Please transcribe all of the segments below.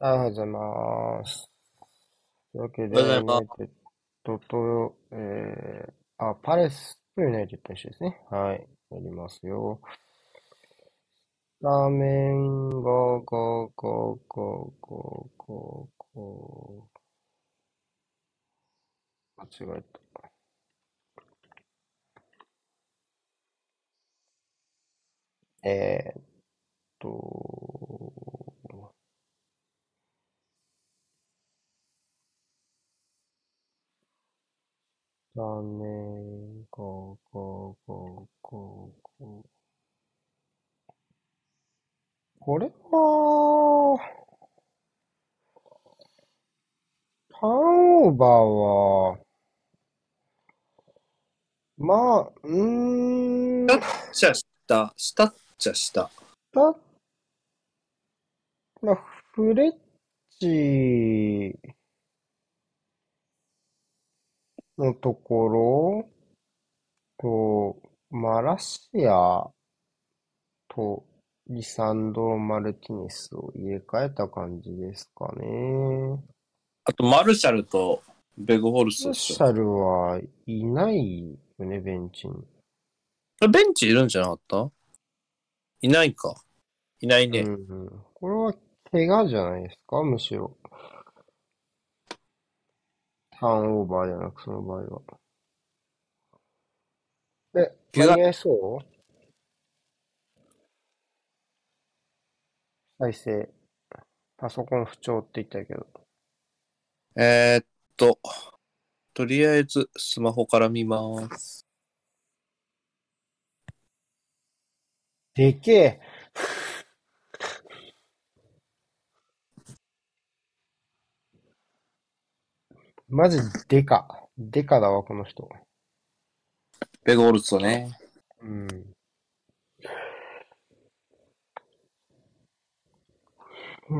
おはようございます。というわけで、 おはようございます。 ユナイテッドと、パレスとユナイテッドの試合ですね。はい。やりますよ。画面が、間違えた。えーっと、画面が、これは、ターンオーバーは、まあ、 したっちゃした。したっちゃした。 だ、まあ、フレッチのところと、マラシアとリサンドロ・マルティネスを入れ替えた感じですかね。 あと、マルシャルとベグホルストっしょ。 マルシャルはいないよね、ベンチに。 ベンチいるんじゃなかった？いないか。いないうね。 ん。これは怪我じゃないですか、むしろ。ターンオーバーじゃなく、その場合は。間怪我。 に合いそう再生。パソコン不調って言ったけど。 えーっと、とりあえずスマホから見ます。 でけえ。マジデカ。デカだわ、この人。 ベグホルストね。 うん。うん。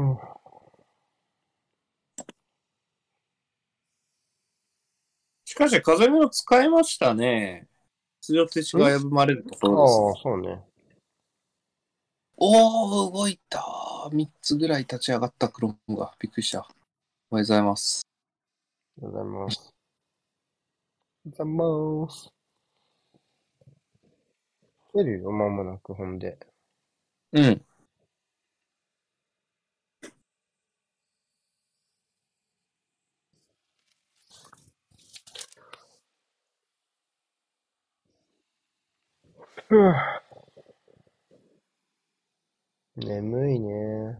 しかし、風見を使いましたね。出場停止が危ぶまれるところですああ、 が。 そうね。 おー、動いた。3つぐらい立ち上がったクロムが。びっくりした。おはようございます。 ありがとうございます。ありがとうございます。出るよ、間もなく、ほんで。 うん。 ふぅ。眠いね。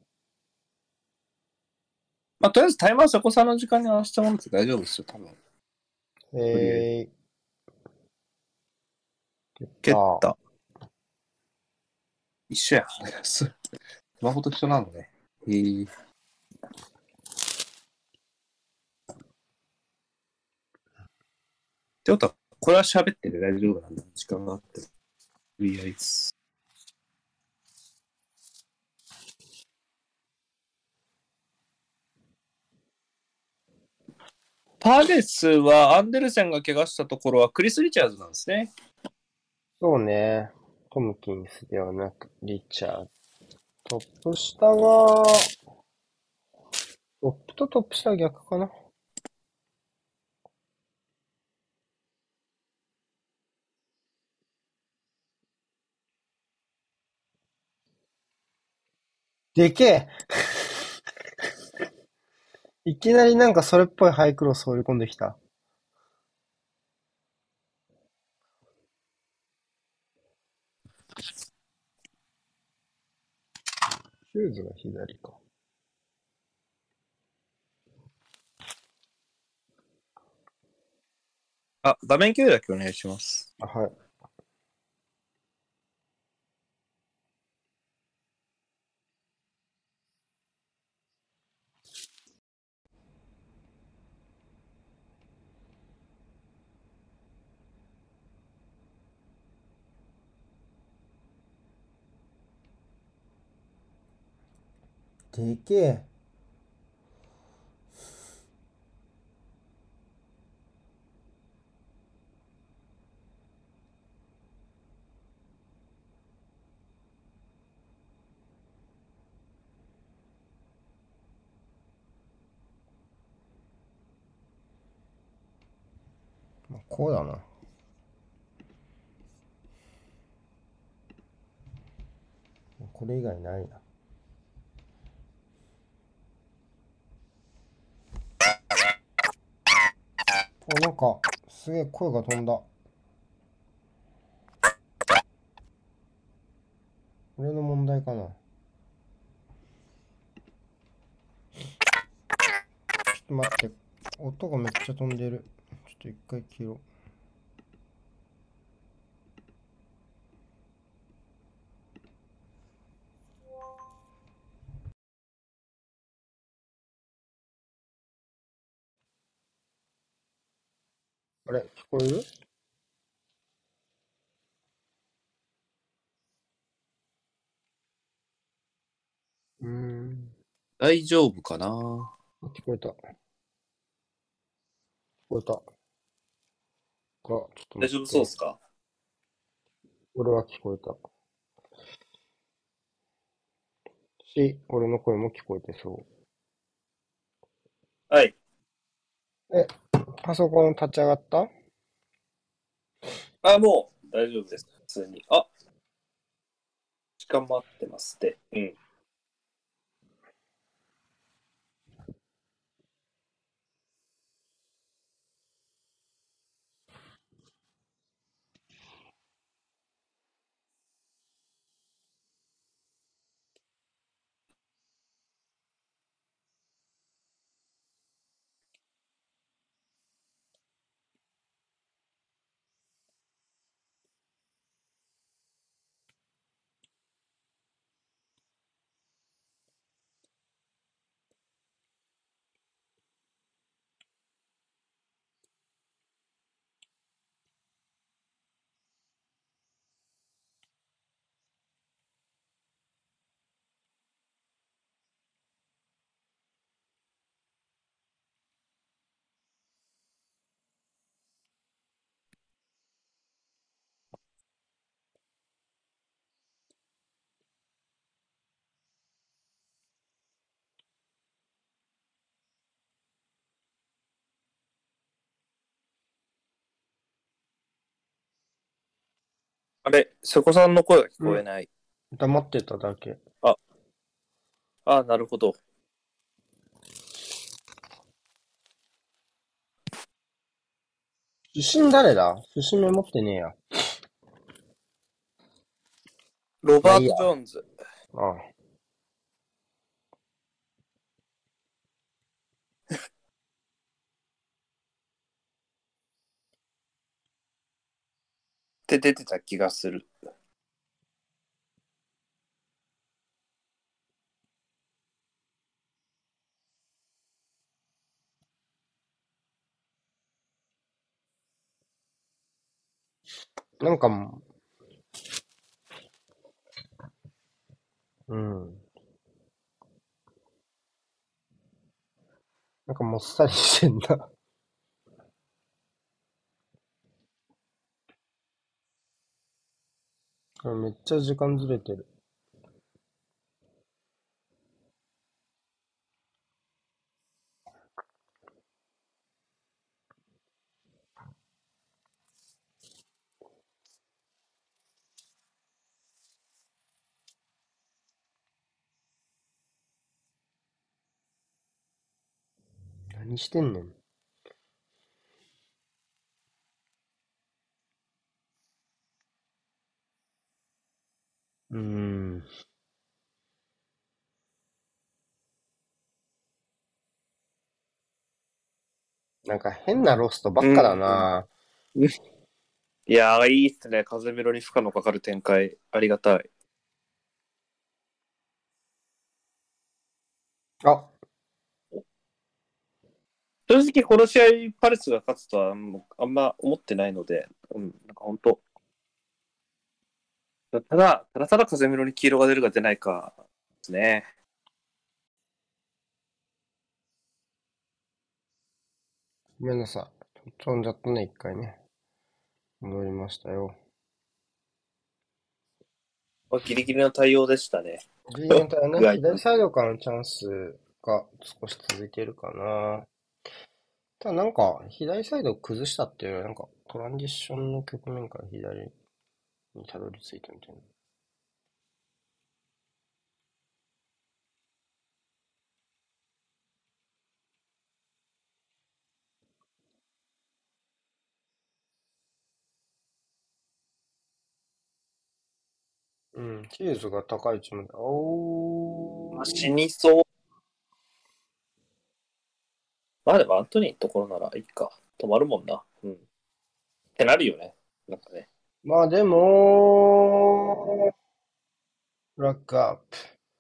まあ、とりあえずタイマーそこさんの時間に合わせたものって大丈夫ですよ、多分。とりあえず。 えー、 蹴った。一緒や。スマホと一緒なのね。ってことは、これは喋ってて大丈夫なんだ。時間があって。とりあえず。パレスはアンデルセンが怪我したところはクリス・リチャーズなんですね。 そうね。トムキンスではなく、リチャード。トップ下は、トップとトップ下は逆かな。でけえ。いきなりなんかそれっぽいハイクロス放り込んできた。シューズが左か。 あ、画面共有だけお願いします。 あ、はい。でけえ。 こうだな。これ以外ないな。なんか、すげえ声が飛んだ。俺の問題かな。ちょっと待って。音がめっちゃ飛んでる。ちょっと一回切ろう。あれ、聞こえる？うーん。 大丈夫かな。 聞こえた。聞こえた。ちょっと大丈夫そうで待って。 すか？ 俺は聞こえた。俺の声も聞こえてそはい。 う。パソコン立ち上がった？ あ、もう大丈夫です。普通に。あ、時間も合ってますって。うん。あれ、瀬古さんの声が聞うん。 こえない。 黙ってただけ。 あ、なるほど。 出身誰だ？出身メモってねえや。 ロバート・まあいいや。 ジョーンズ。 ああ。 って出てた気がする。 なんかもう、うん。なんかもっさりしてんな。めっちゃ時間ずれてる。何してんねん。うーん。なんか変なロストばっかだうん。 な。 いやー、いいっすね。風メロに負荷のかかる展開。ありがたい。 あ、 正直、この試合、パレスが勝つとはあんま思ってないので、うん、なんか本当、ただ風メロに黄色が出るか出ないかですね。 ごめんなさい。飛んじゃったね、一回ね。戻りましたよ。 ギリギリの対応でしたね。 ギリギリのね、 具合。 左サイドからのチャンスが少し続いているかな。 ただなんか、左サイドを崩したっていうよりは、なんか、トランジッションの局面から左にたどり着いたみたいな。うん、ヒューズが高い位置まで。 死にそう。まあでもアントニーのところならいいか。止まるもんな。うん。ってなるよね。なんかね。 まあでも、ラックアップ。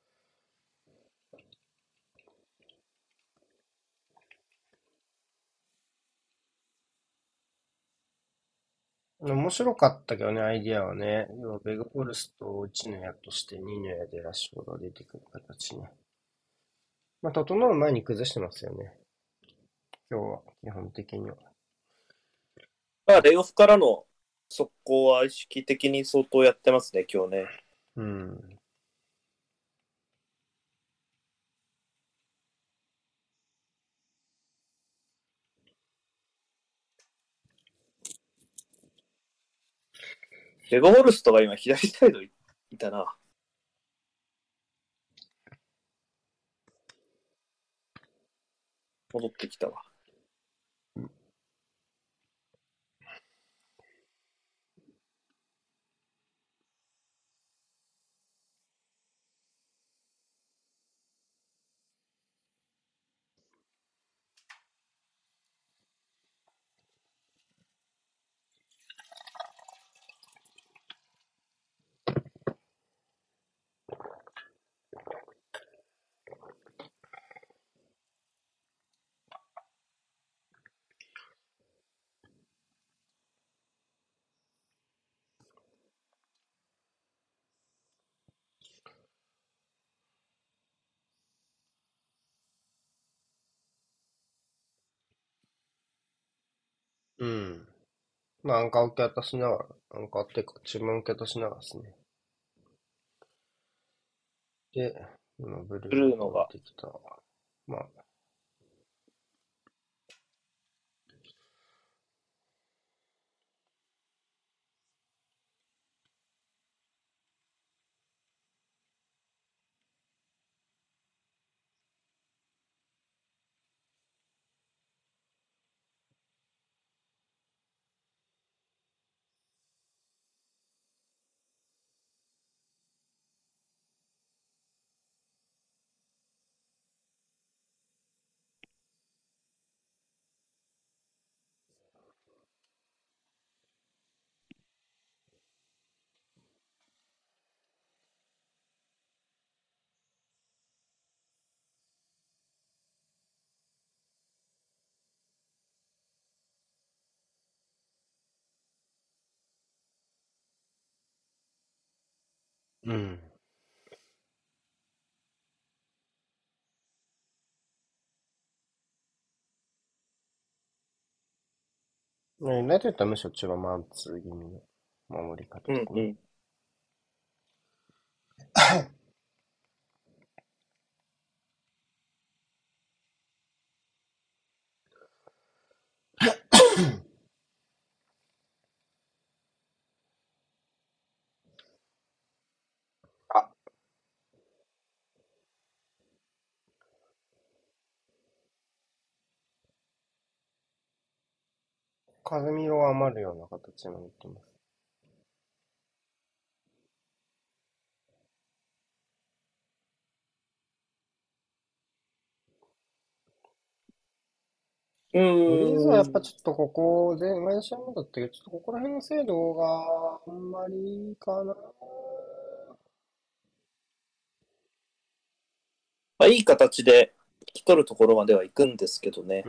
面白かったけどね、アイディアはね。要はベグフォルストを1の矢として2の矢でラッシュフォードが出てくる形ね。まあ、整う前に崩してますよね。今日は、基本的には。 まあ、レイオフからの速攻は意識的に相当やってますね、今日ね。 うん。 レゴホルストが今左サイドいたな。戻ってきたわ。 うん。まあ、アンカー受け渡しながら、アンカーっていうか、自分受け渡しながらですね。で、今、ブルブーがルーノが。 降りてきた。まあ、うん。ユナイテッドはむしろ中盤マンツー気味の守り方とかね。 うんうん。 あ、カゼミロは余るような形になってます。 うグリーズはやっぱーん。 ちょっとここで、前の試合もだったけど、ちょっとここら辺の精度があんまりいいかな。 まあ、いい形で引き取るところまでは行くんですけどね。 うん。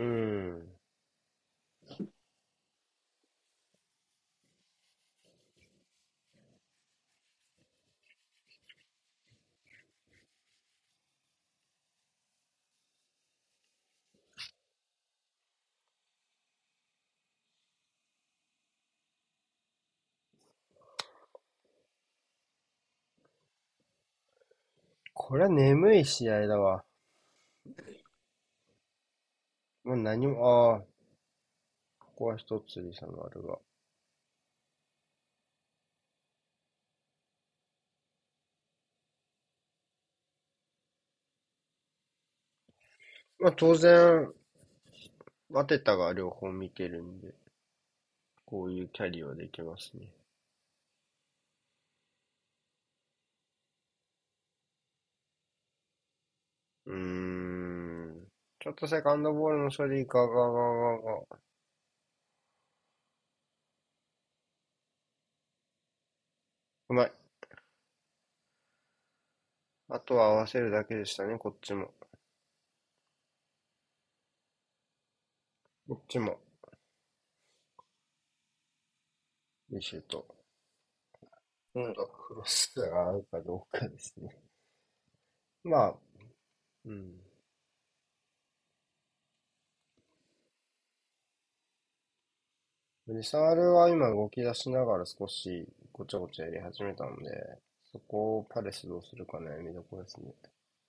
これは眠い試合だわ。もう何も、ああ。 こは一つリサのあるが。まあ当然、当てたが両方見てるんで、こういうキャリアはできますね。うーん。ちょっとセカンドボールの処理が。うまい。あとは合わせるだけでしたね、こっちも。こっちも。いいシュート。 うん。 あとはクロスが合うかどうかですね。まあ、うん。リサールは今動き出しながら少しごちゃごちゃやり始めたので、そこをパレスどうするかね、見どころですね。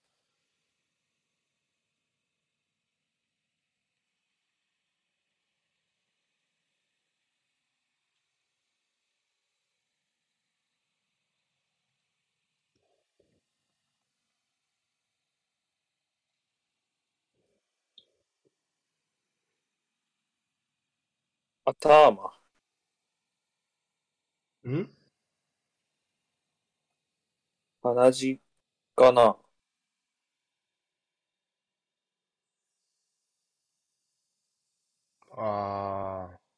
あたま。 ん鼻血かな。 あー、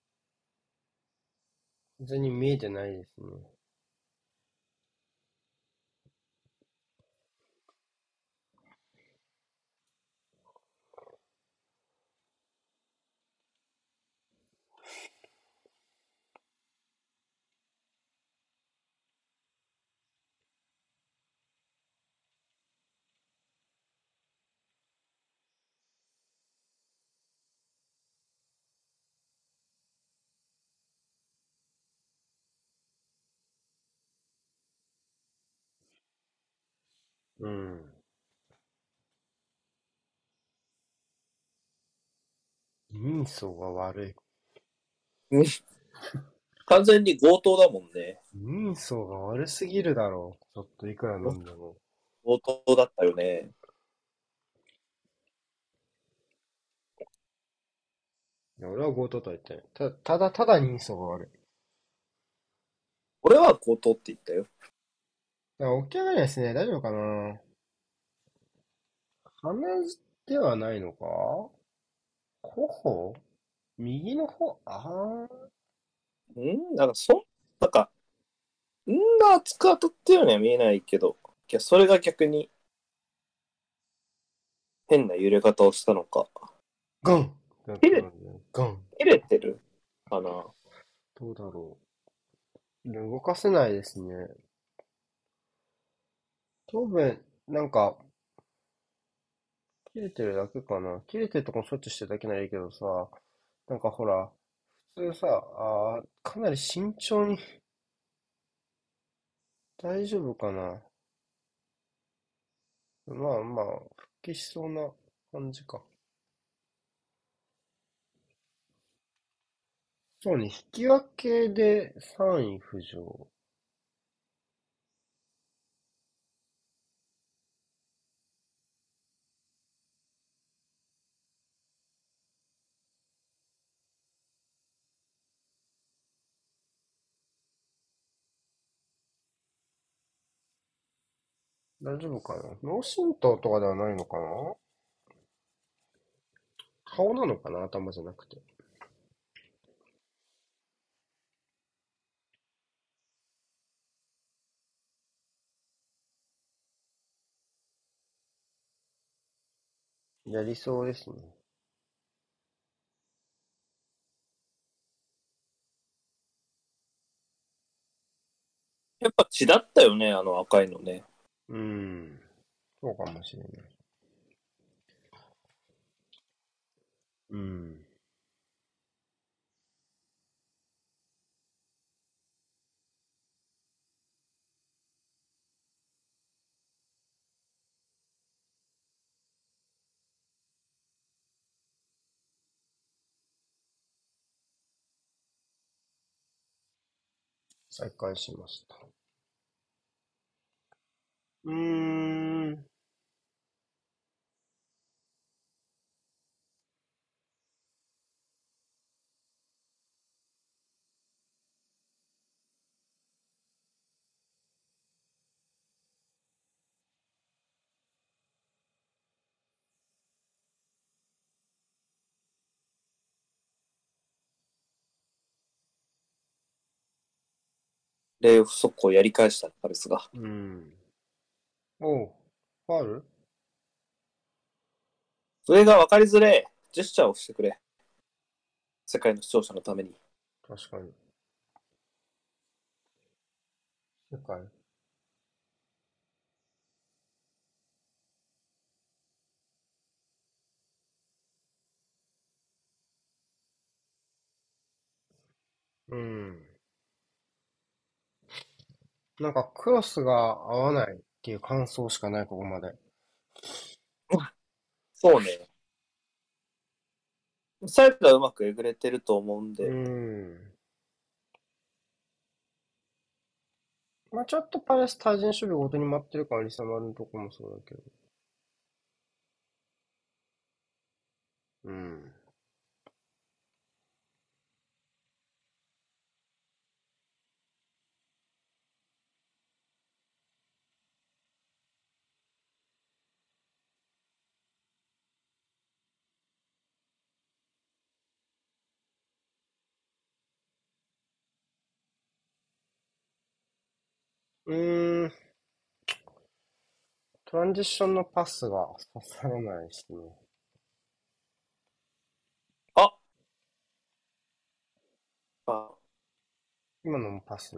全然に見えてないですね。うん。人相が悪い。 うん。完全に強盗だもんね。 人相が悪すぎるだろう。ちょっといくらなんでも。 強盗だったよね。 いや、俺は強盗とは言ってない。ただ人相が悪い。 俺は強盗って言ったよ。 起き上がりですね。大丈夫かな。鼻血ではないのか。頬右の方、 なんか、なんか、んが熱く当たったようには見えないけど、いや、それが逆に変な揺れ方をしたのか。 ガンだっ切れ、 たんで、ガン。 切れてるかな。 どうだろう。動かせないですね。多分、なんか、切れてるだけかな。切れてるとこ処置してるだけならいいけどさ、なんかほら、普通さ、かなり慎重に大丈夫かな。まあまあ、復帰しそうな感じか。そうね、引き分けで3位浮上。大丈夫かな。脳震盪とかではないのかな。顔なのかな、頭じゃなくて。やりそうですね。 やっぱ血だったよね、あの赤いのね。 うん。そうかもしれない。うん。 再開しました。ん。 レイオフ速攻やり返したパレスが。 うん。おう、ファウル。 上が分かりづれジェスチャーをしてくれ。世界の視聴者のために。 確かに。世界。うん。なんかクロスが合わないっていう感想しかない、ここまで。 そうね。サイドはうまくえぐれてると思うんうで。 ん。まあちょっとパレス対人守備ごとに待ってるからリサマルのとこもそうだけど。うん。うーん。トランジションのパスが刺さらないしね。 ああ、 今のもパス。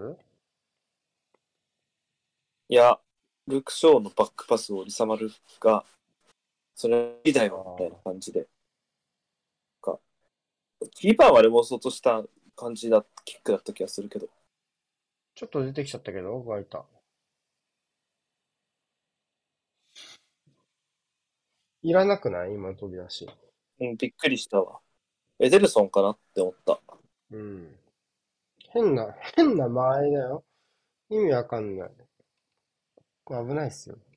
いや、ルーク・ショーのバックパスをリサマルが、それいいだあよ、みたいなあ。 感じで。かキーパーはあれもそうとした感じだ、キックだった気がするけど。 ちょっと出てきちゃったけど、湧いた。いらなくない今の飛び出し。 うん、びっくりしたわ。エデルソンかなって思った。 うん。変な間合いだよ。意味わかんない。危ないっすよ。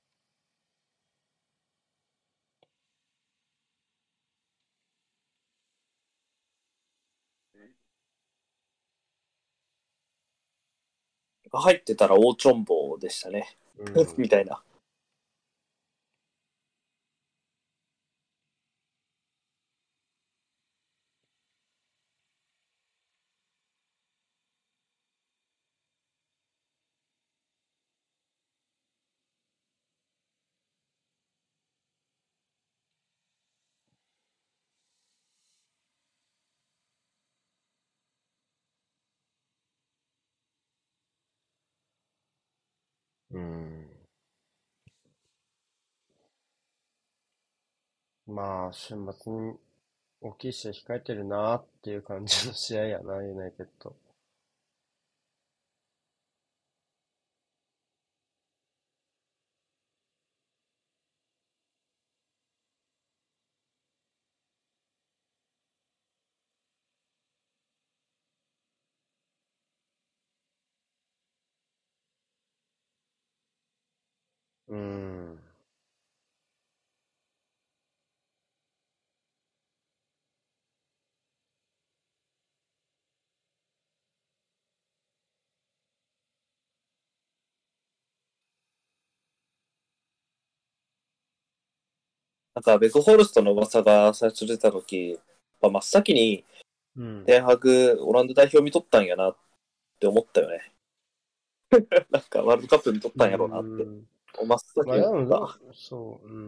入ってたら大チョンボでしたね。 うん。 みたいな。 うん。まあ、週末に大きい試合控えてるなーっていう感じの試合やな、ユナイテッド。うん。 なんか、ベクホルストの噂が最初出たとき、真っ先に、 うん。 テンハグ、オランダ代表見とったんやなって思ったよね。なんか、ワールドカップ見とっうたんやろうなって。 ん。 真っ先まあでに思った。 もそう、うん。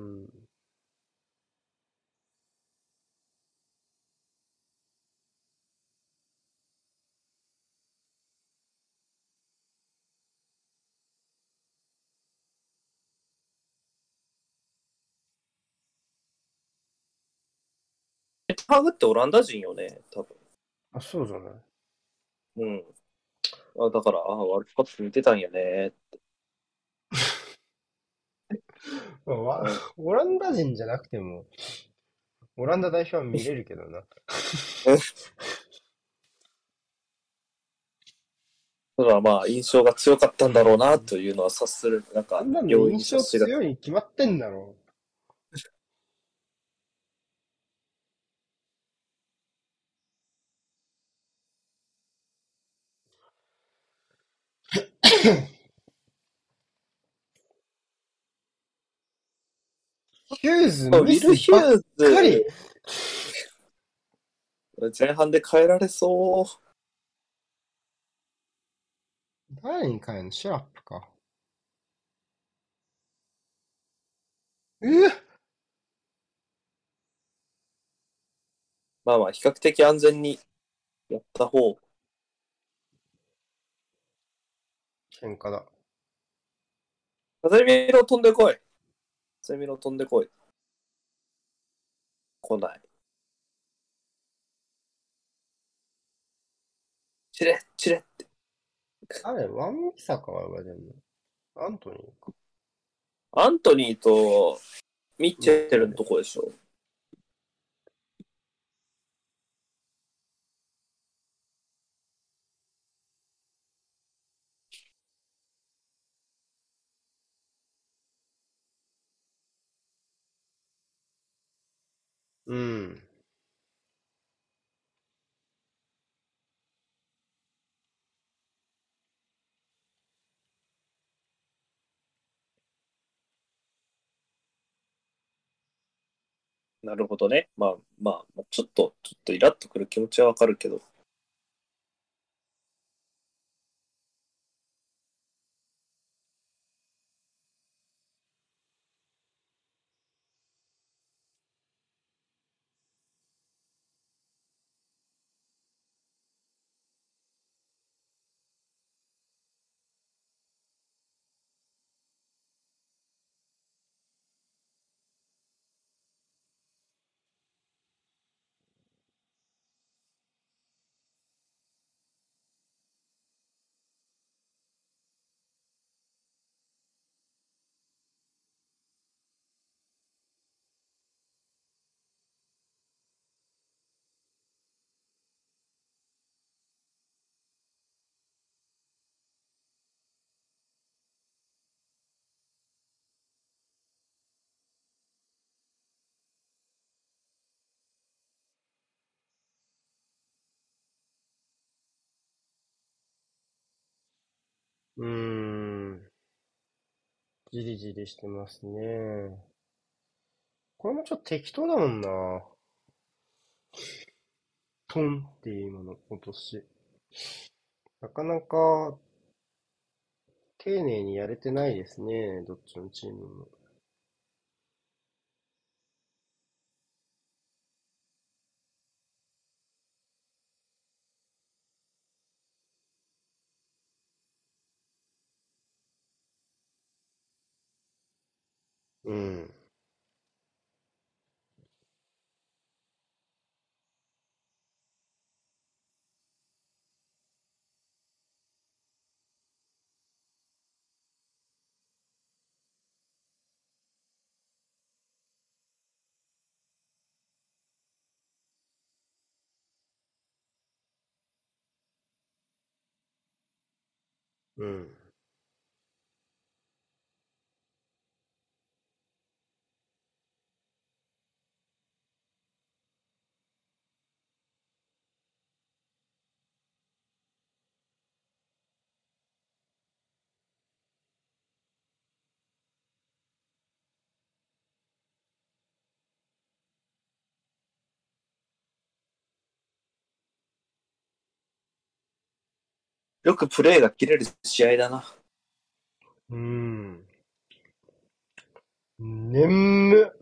テンハグってオランダ人よね、多分。 あ、そうじゃない。 うん。だから、ワールドカップ見てたんやね。 まあ、 うん。 オランダ人じゃなくても、オランダ代表は見れるけどな。 それはまあ、印象が強かったんだろうな、というのは察する、なんか、 あんなの容易に印象察しがつく。 強いに決まってんだろ。ヒューズウィル・ミスばっヒューかり。 ズ、前半で変えられそう。 誰に変えんの？シュラップか。えまあまあ、比較的安全にやった方。 喧嘩だ。 風見ろ飛んでこい。風見ろ飛んでこい。来ない。チレッ、チレッ。 あれ、ワンミサカが上でんの？アントニーか。 アントニーとミッチミッェルのチェル。 とこでしょ。 うん。 なるほどね。まあまあ、ちょっとイラッとくる気持ちはわかるけど。 うーん。じりじりしてますね。これもちょっと適当だもんな。トンっていう今の落とし。なかなか丁寧にやれてないですね。どっちのチームも。うん。うん。 よくプレーが切れる試合だな。 うーん。眠っ。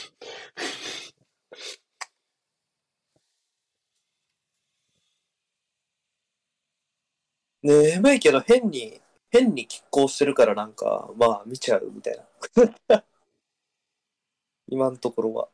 眠いけど変に拮抗してるからなんか、まあ見ちゃうみたいな。今のところは。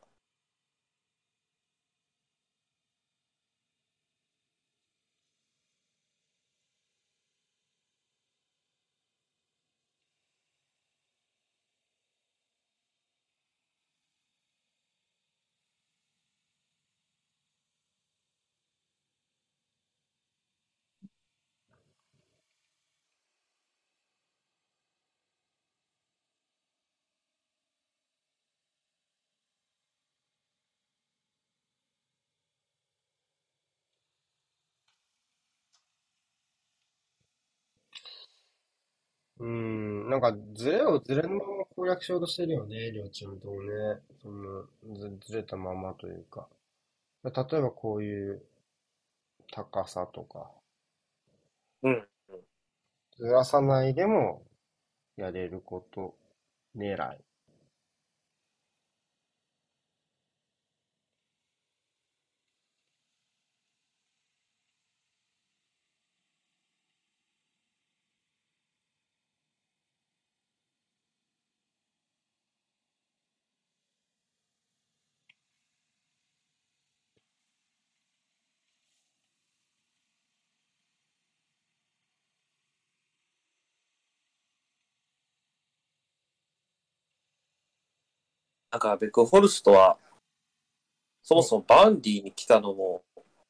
なんかズレをズレのまま攻略しようとしてるよね、両チームともね。ずれたままというか。例えばこういう高さとか、 うん。 ずらさないでもやれること狙い。 なんか、ベックホルストは、そもお、 そもバンディに来たのも、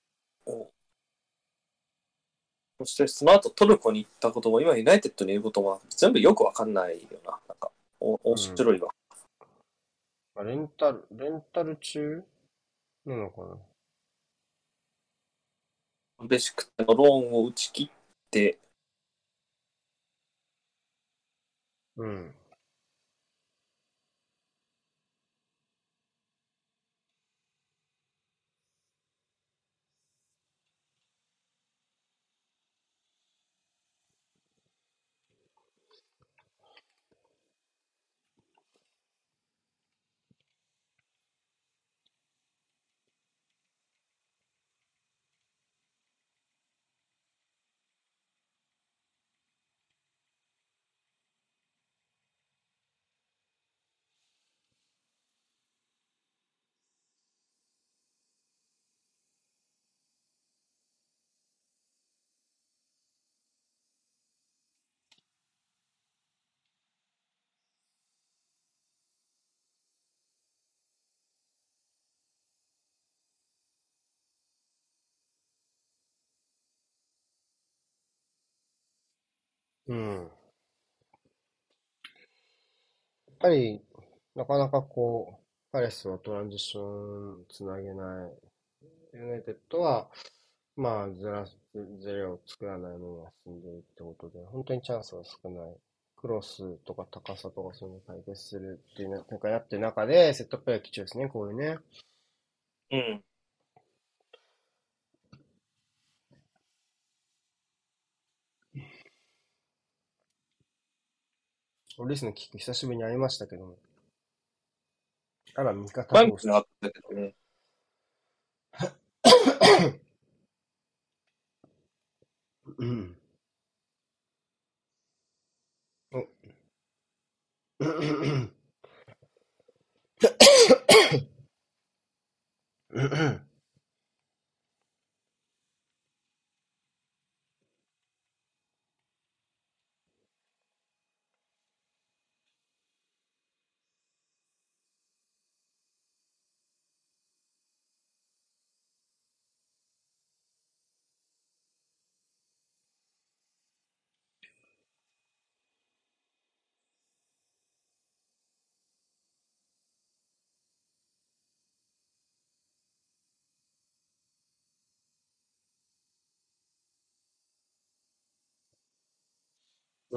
そしてその後トルコに行ったことも、今ユナイテッドにいることも、全部よくわかんないよな。なんか、面うん。 白いわ。 まあレンタル中なのかな。 ベシクタのローンを打ち切って、 うん。うん。やっぱり、なかなかこう、パレスはトランジションつなげない。ユナイテッドは、まあ、ズレを作らないまま進んでいるってことで、本当にチャンスが少ない。クロスとか高さとかそういうのを解決するっていうのなんかやってる中で、セットプレー貴重ですね、こういうね。 うん。 リスのキック久しぶりに会いましたけども。あら、味方前にあっ同士。 たけどね。 うん。お、うんうん。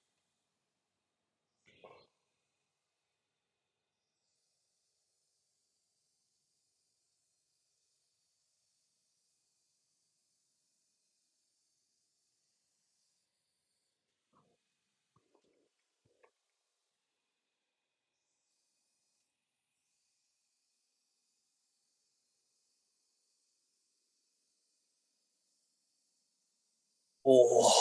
おお。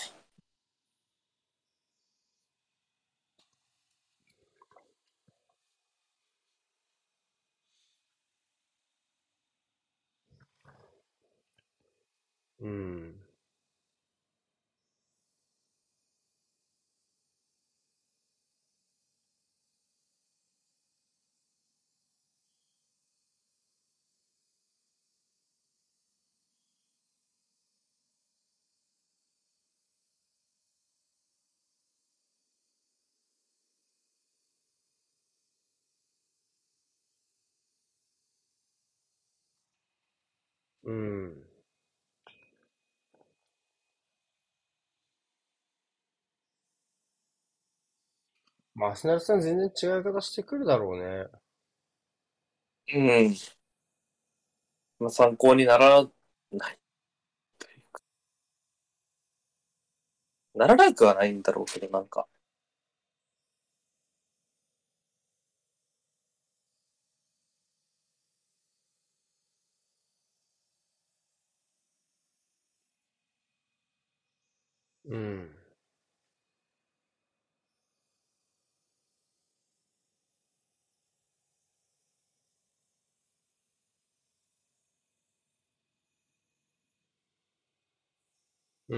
うん。うん。 まあ、アスナルさん全然違い方してくるだろうね。 うん。まあ、参考にならないというか。ならなくはないんだろうけど、なんか。 うん。うん。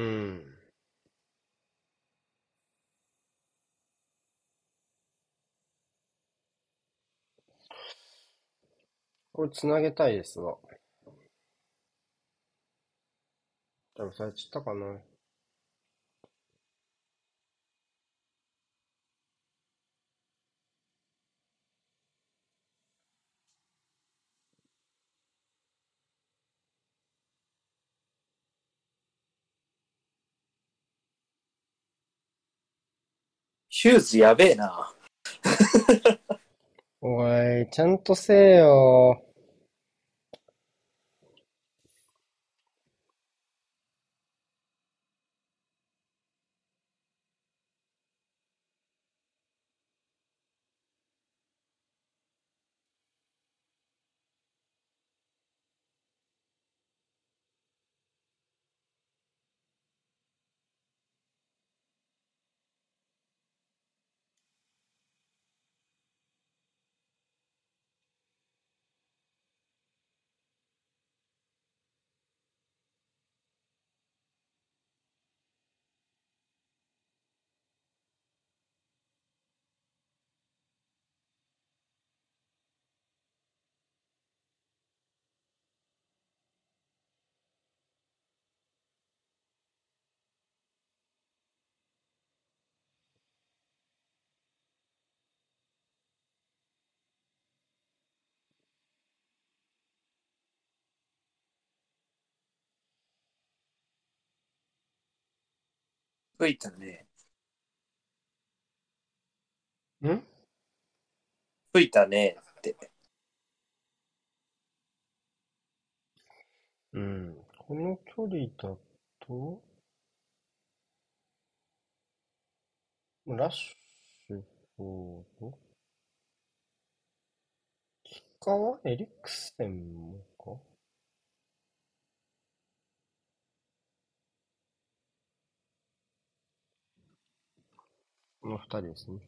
これ繋げたいですわ。多分されちゃったかな。 ヒューズやべえな。 おい、ちゃんとせえよ。 吹いたね。 ん吹いたねって。 うん。この距離だと、ラッシュフォードかエリクセンもかこの二人ですね。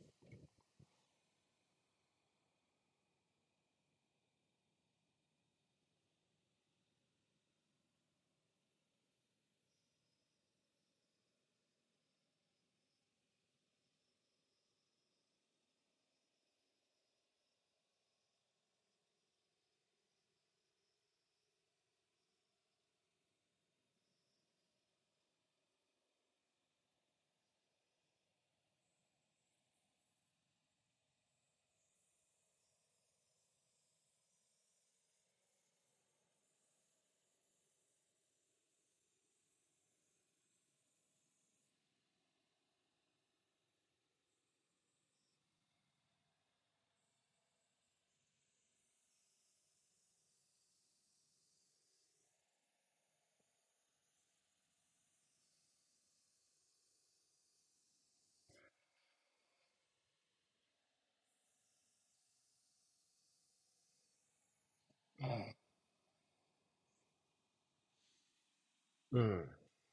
うん。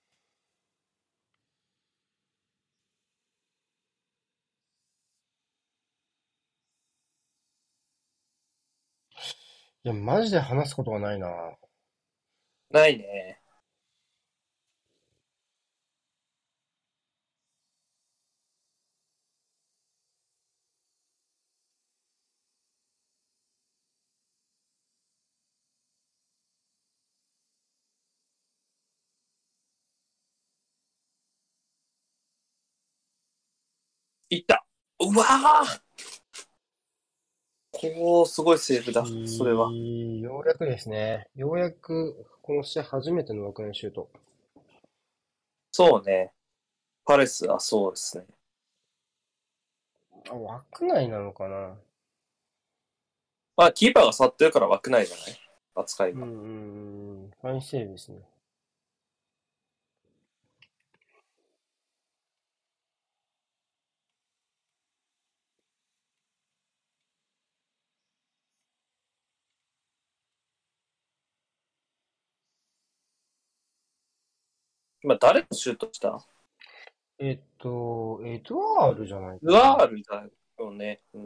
いや、マジで話すことがないな。 ないね。いった。うわぁ、こう、すごいセーブだ。それは。 ようやくですね。ようやく、この試合初めての枠内シュート。 そうね。パレス、あ、そうですね。 あ、枠内なのかな。 まあ、キーパーが触ってるから枠ないじゃない扱いが。 うんうんうん。ファインセーブですね。 今、誰のシュートした？ エドワールじゃないかな。 ルアールだよね。うん。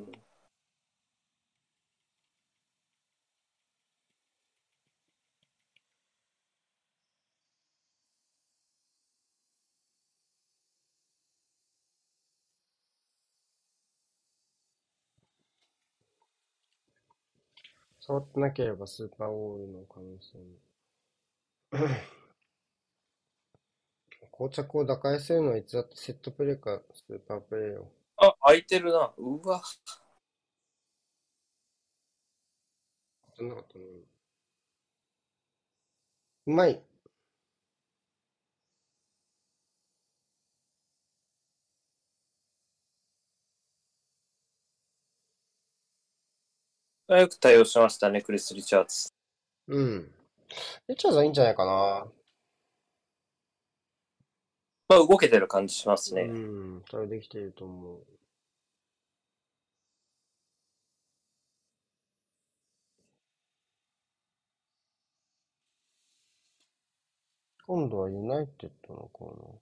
触ってなければスーパーゴールの可能性も。膠着を打開するのはいつだってセットプレーかスーパープレーよ。 あ、空いてるな。うわ。 そんなことない。うまい。 よく対応しましたね、クリス・リチャーズ。 うん。レチャーズはいいんじゃないかな。 まあ、動けてる感じしますうね。 ん。それできていると思う。今度はユナイテッドのかな。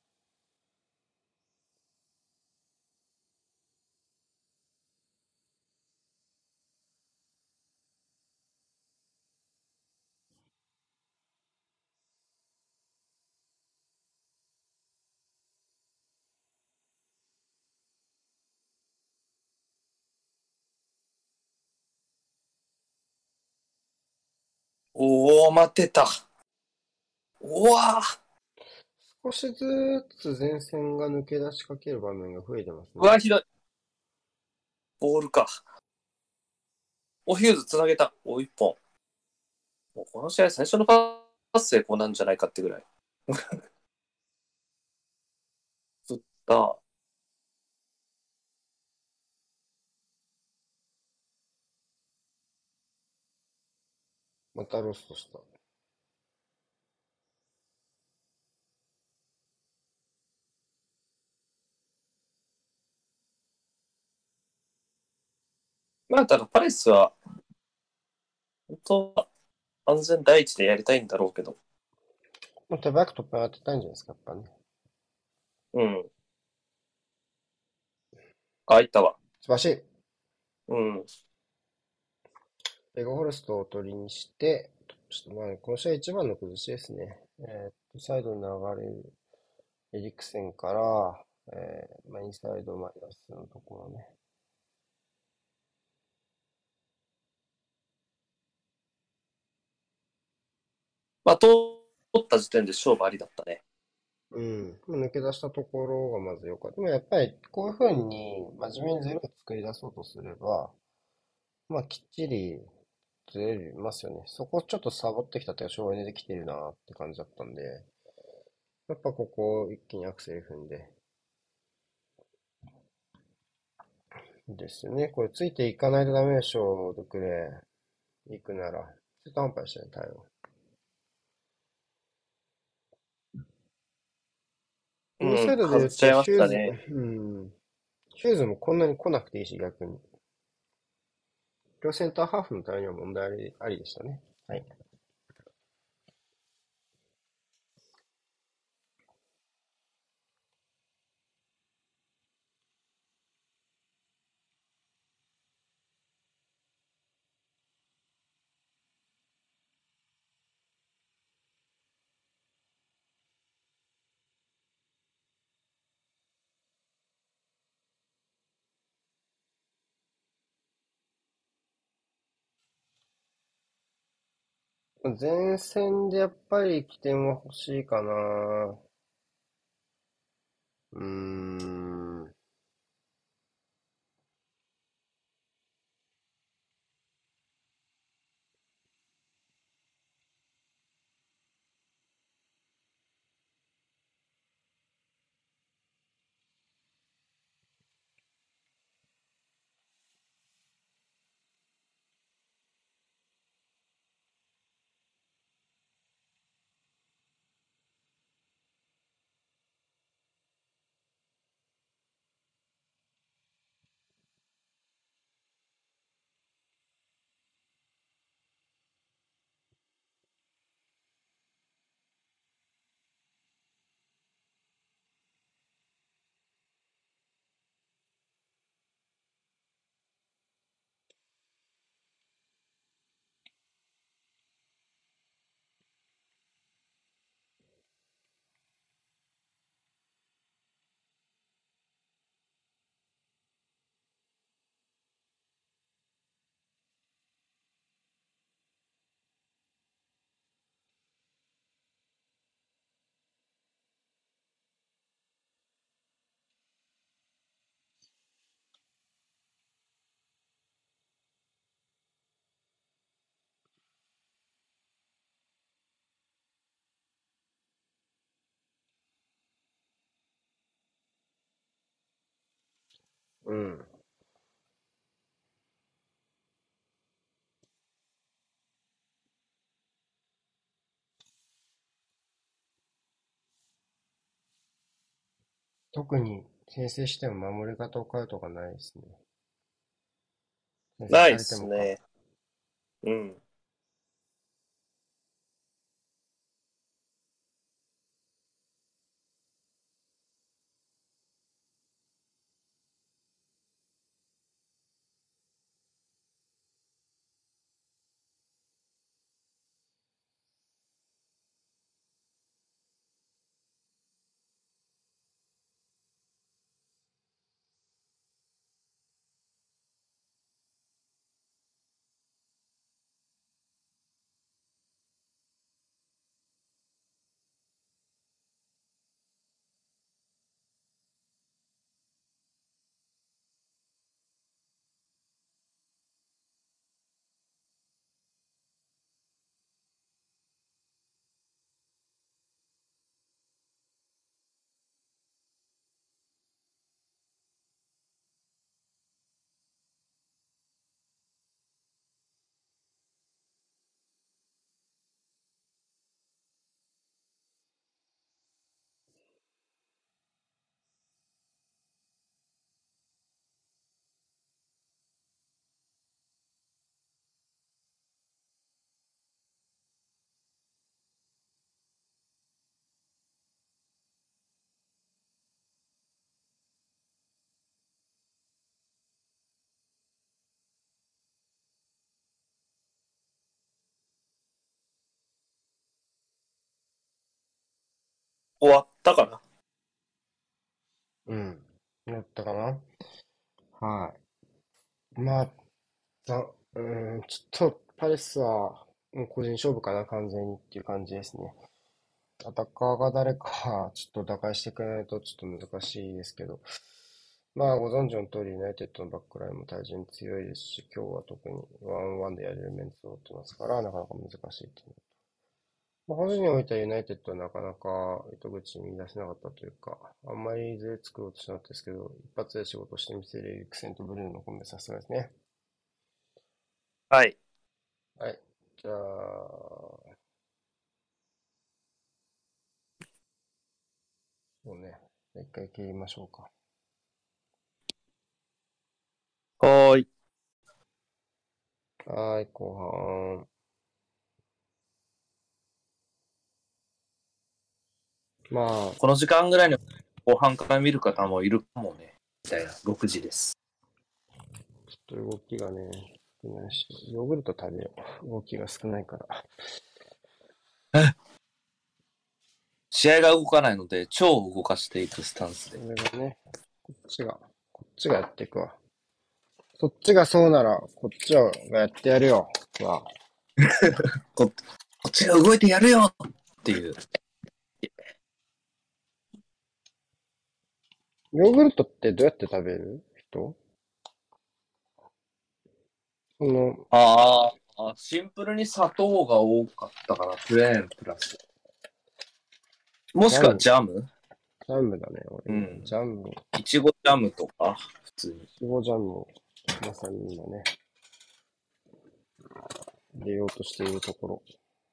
おー、待ってた。うわー。 少しずつ前線が抜け出しかける場面が増えてますね。 うわ、ひどい。ボールか。お、ヒューズつなげた。お、一本。もうこの試合最初のパス成功なんじゃないかってぐらい。つった。 またロストした。 まあ、ただパレスは、本当は安全第一でやりたいんだろうけど。 まあ、手早くトップに当てたいんじゃないですか、やっぱね。 うん。あ、いたわ。 素晴らしい。 うん。 ベガホルストを取りにして、ちょっとまあ、この試合一番の崩しですね。サイドに流れるエリクセンから、まあ、インサイドマイナスのところね。 まあ、通った時点で勝負ありだったね。 うん。まあ抜け出したところがまず良かった。でもやっぱりこういう風に真面目にゼロを作り出そうとすれば、まあきっちりずれますよね。そこちょっとサボってきたというか、省エネできてるなって感じだったんで、やっぱここ一気にアクセル踏んで、ですよね。これついていかないとダメでしょう、ドクレー。行くなら。中途半端でしたね、対応。右サうん。 イドで言うと、 外しちゃいまヒューズ、 したね。 うん。ヒューズもこんなに来なくていいし、逆に。両センターハーフの対応には問題ありでしたね。はい。前線でやっぱり起点は欲しいかな。うーん。 うん。特に先制しても守り方を変えるとかないですね。先制さないっれてもか。 すね。うん。終わったかな。 うん。やったかな。はい。まあ、ちょっと、パレスは、もう個人勝負かな、完全にっていう感じですね。アタッカーが誰か、ちょっと打開してくれないとちょっと難しいですけど。まあ、ご存知の通り、ユナイテッドのバックラインも対人強いですし、今日は特にワンワンでやれるメンツを持ってますから、なかなか難しいっていうの。まあ、個人においてはユナイテッドはなかなか糸口見出せなかったというか、あんまりずれ作ろうとしなかったですけど、一発で仕事してみせるエリクセンとブルーノのコンビさすがですね。 はい。 はい。じゃあ、そうね。一回切りましょうか。 はーい。 はい、後半。まあ、 この時間ぐらいの後半から見る方もいるかもね。みたいな。6時です。 ちょっと動きがね、少ないし、ヨーグルト食べよう。動きが少ないから。 試合が動かないので、腸を動かしていくスタンスそで。 れがね、こっちがやっていくわ。そっちがそうなら、こっちがやってやるよ。わ。 こっちが動いてやるよっていう。 ヨーグルトってどうやって食べる人？その、 ああ、シンプルに砂糖が多かったかな。プレーンプラス。もしくはジャム、 ジャム。 ジャムだね、俺今。 うん。 ジャム、 いちごジャムとか、普通に。 いちごジャムを、まさに今ね、入れようとしているところ。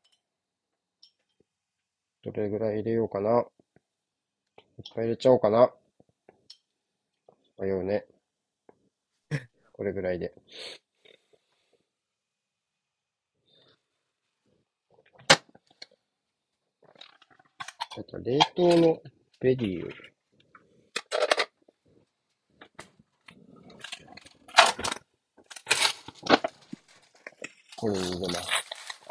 どれぐらい入れようかな。いっぱい入れちゃおうかな。迷うね。これぐらいで。ちょっと冷凍のベリーを、これに入れます。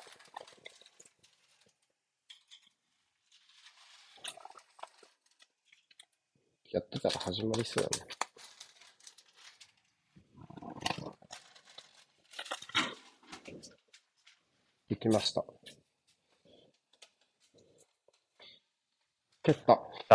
やってたら始まりそうだね。できました。蹴った。 あ、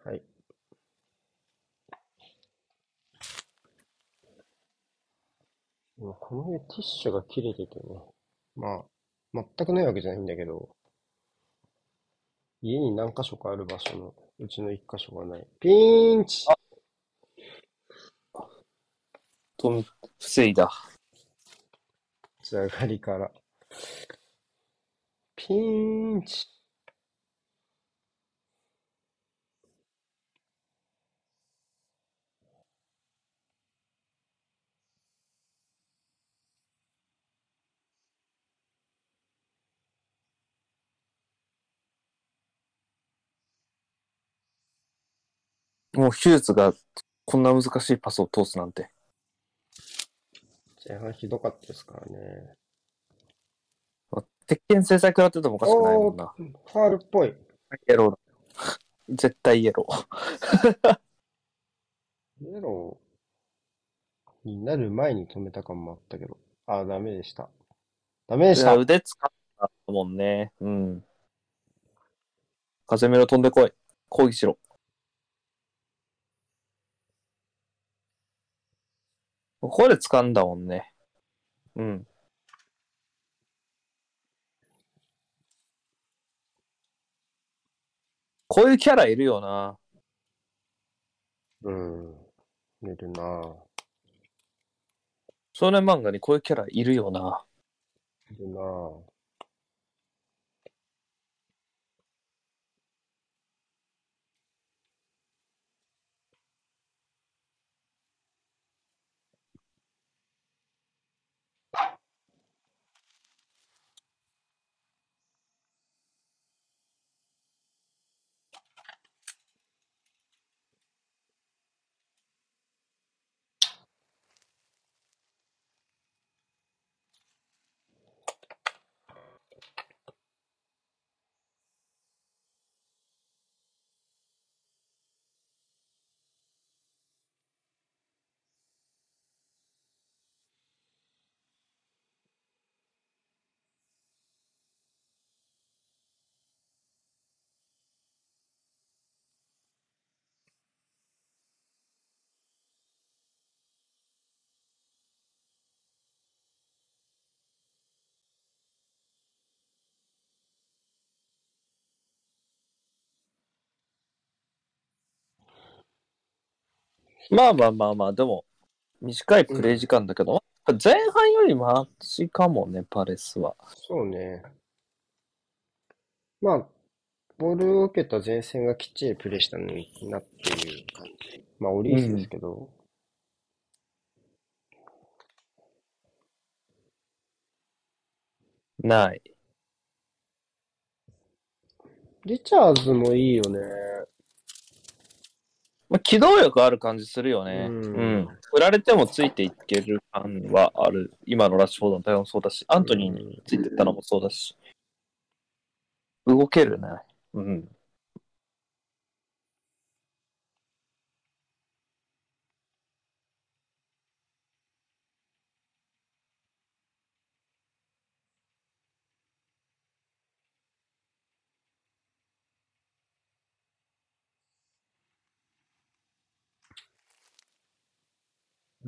はい。もうこの家ティッシュが切れててね。まあ、全くないわけじゃないんだけど、家に何箇所かある場所のうちの一箇所がない。ピーンチ。 あ、防いだ。 立ち上がりから。ピーンチ。 もう手術がこんな難しいパスを通すなんて。 前半ひどかったですからね。 鉄拳制裁食らっててもおかしくないもおー、 んな。 ファールっぽい。 イエローだ。絶対イエロー。 イエローになる前に止めた感もあったけど。あ、ダメでした。ダメでいや、 した。 腕使ったもんね。うん。風メロ飛んでこい。抗議しろ。ここで掴んだもんね。うん。こういうキャラいるよな。 うん。見るなぁ。 少年漫画にこういうキャラいるよな。 見るなぁ。 まあまあまあまあ、でも、短いプレイうん。 時間だけど、前半よりマシかもね、パレスは。 そうね。まあ、ボールを受けた前線がきっちりプレーしたのになっていう感じ。まあ、オリースですうん。 けど。 ない。 リチャーズもいいよね。 まあ、機動力ある感じするようね。うん。 ん。振られてもついていける感はある。今のラッシュフォードの対応もそうだし、アントニーにうん。 ついてったのもそうだし、動けるね。うん。 うん。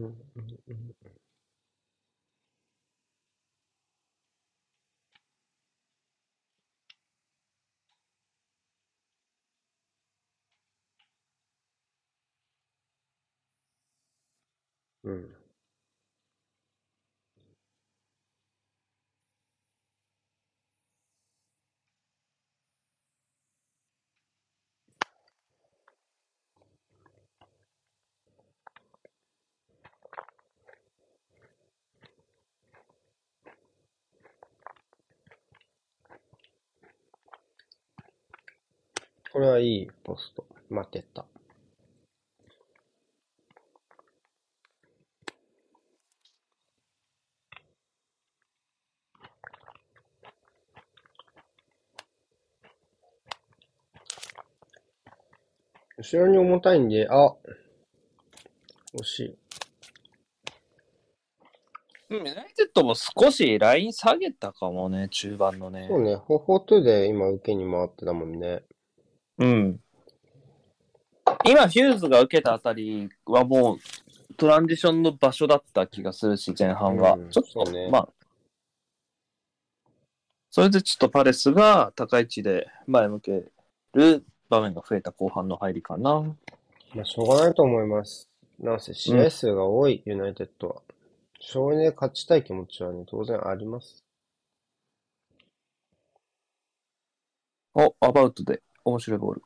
うん。これはいいポスト。待ってた。後ろに重たいんで、あ、惜しい。 ユナイテッドも少しライン下げたかもね、中盤のね。 そうね、4-4-2で今受けに回ってたもんね。 うん。 今、ヒューズが受けたあたりはもうトランジションの場所だった気がするし、前半は。ちょっと、 そうね。 まあ、それでちょっとパレスが高い位置で前向ける場面が増えた後半の入りかな。 まあ、しょうがないと思います。なんせ試合数が多い、ユナイテッドは。勝利で勝ちたい気持ちはね、当然あります。 アバウトで面白いボール。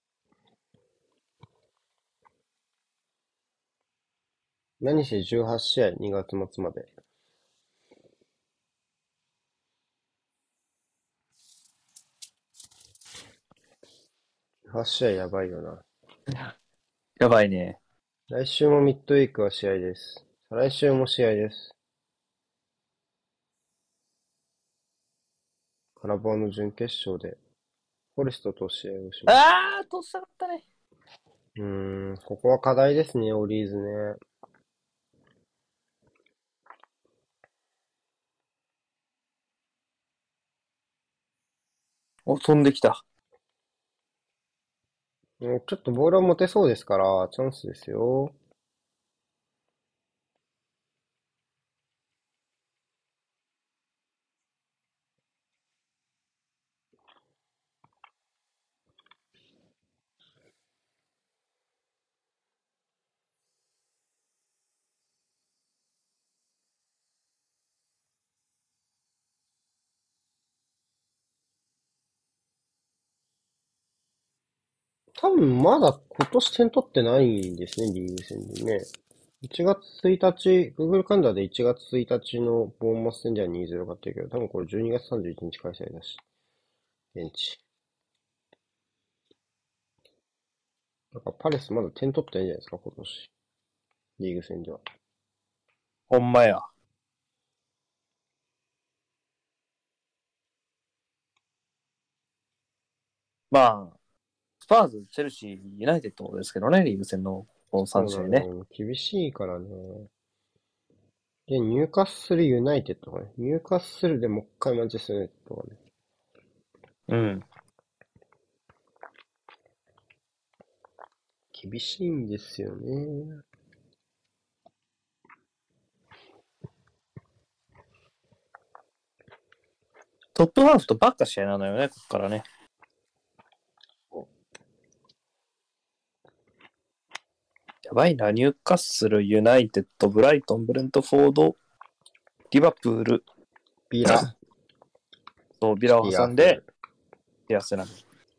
何せ18試合、2月末まで。18試合やばいよな。 やばいね。 来週もミッドウィークは試合です。再来週も試合です。カラバオの準決勝で、フォレストと試合をします。 としたかったね。 ここは課題ですね、オリーズね。 飛んできた。 ちょっとボールは持てそうですから、チャンスですよ。多分まだ今年点取ってないんですね、リーグ戦でね。1月1日、Google カレンダーで1月1日のボーンマス戦では2-0勝ってるけど、多分これ12月31日開催だし、現地。なんかパレスまだ点取ってないんじゃないですか、今年。リーグ戦では。 ほんまや。まあ、スパーズ、チェルシー、ユナイテッドですけどね、リーグ戦のこの3 そうな試合ね。 のよ。厳しいからね。で、ニューカッスルユナイテッドがね。ニューカッスルでもう一回マンチェスターユナイテッドがね。 うん。 厳しいんですよね。 トップハーフとばっか試合なのよね、こっからね。やばいな、ニューカッスル、ユナイテッド、ブライトン、ブレントフォード、リバプール、 ビラ、 ビラを挟んで、アーセナル。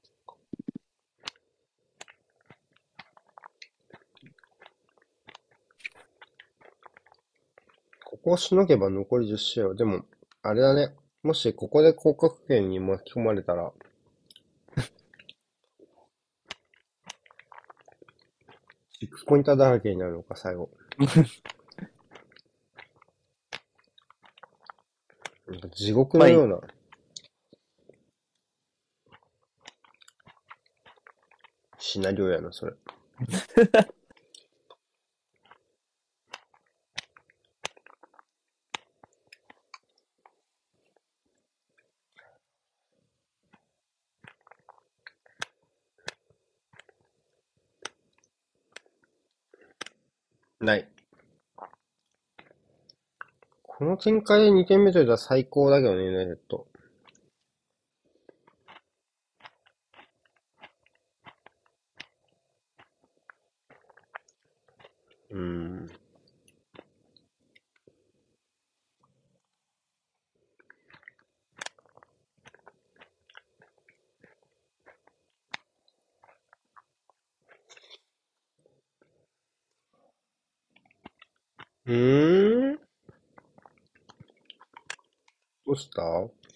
ここをしのげば残り10試合は、でも、あれだね。もしここで降格圏に巻き込まれたら、6ポインターだらけになるのか、最後。なんか地獄のような。シナリオやな、それ。ない。この展開で2点目取れたら最高だけどね、ユナイテッド。うーん。どうした？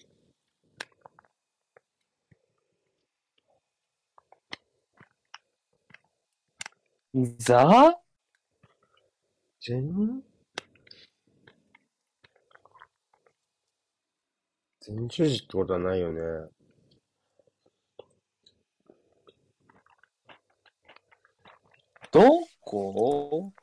ザ全、全十字ってことはないよね。 どこ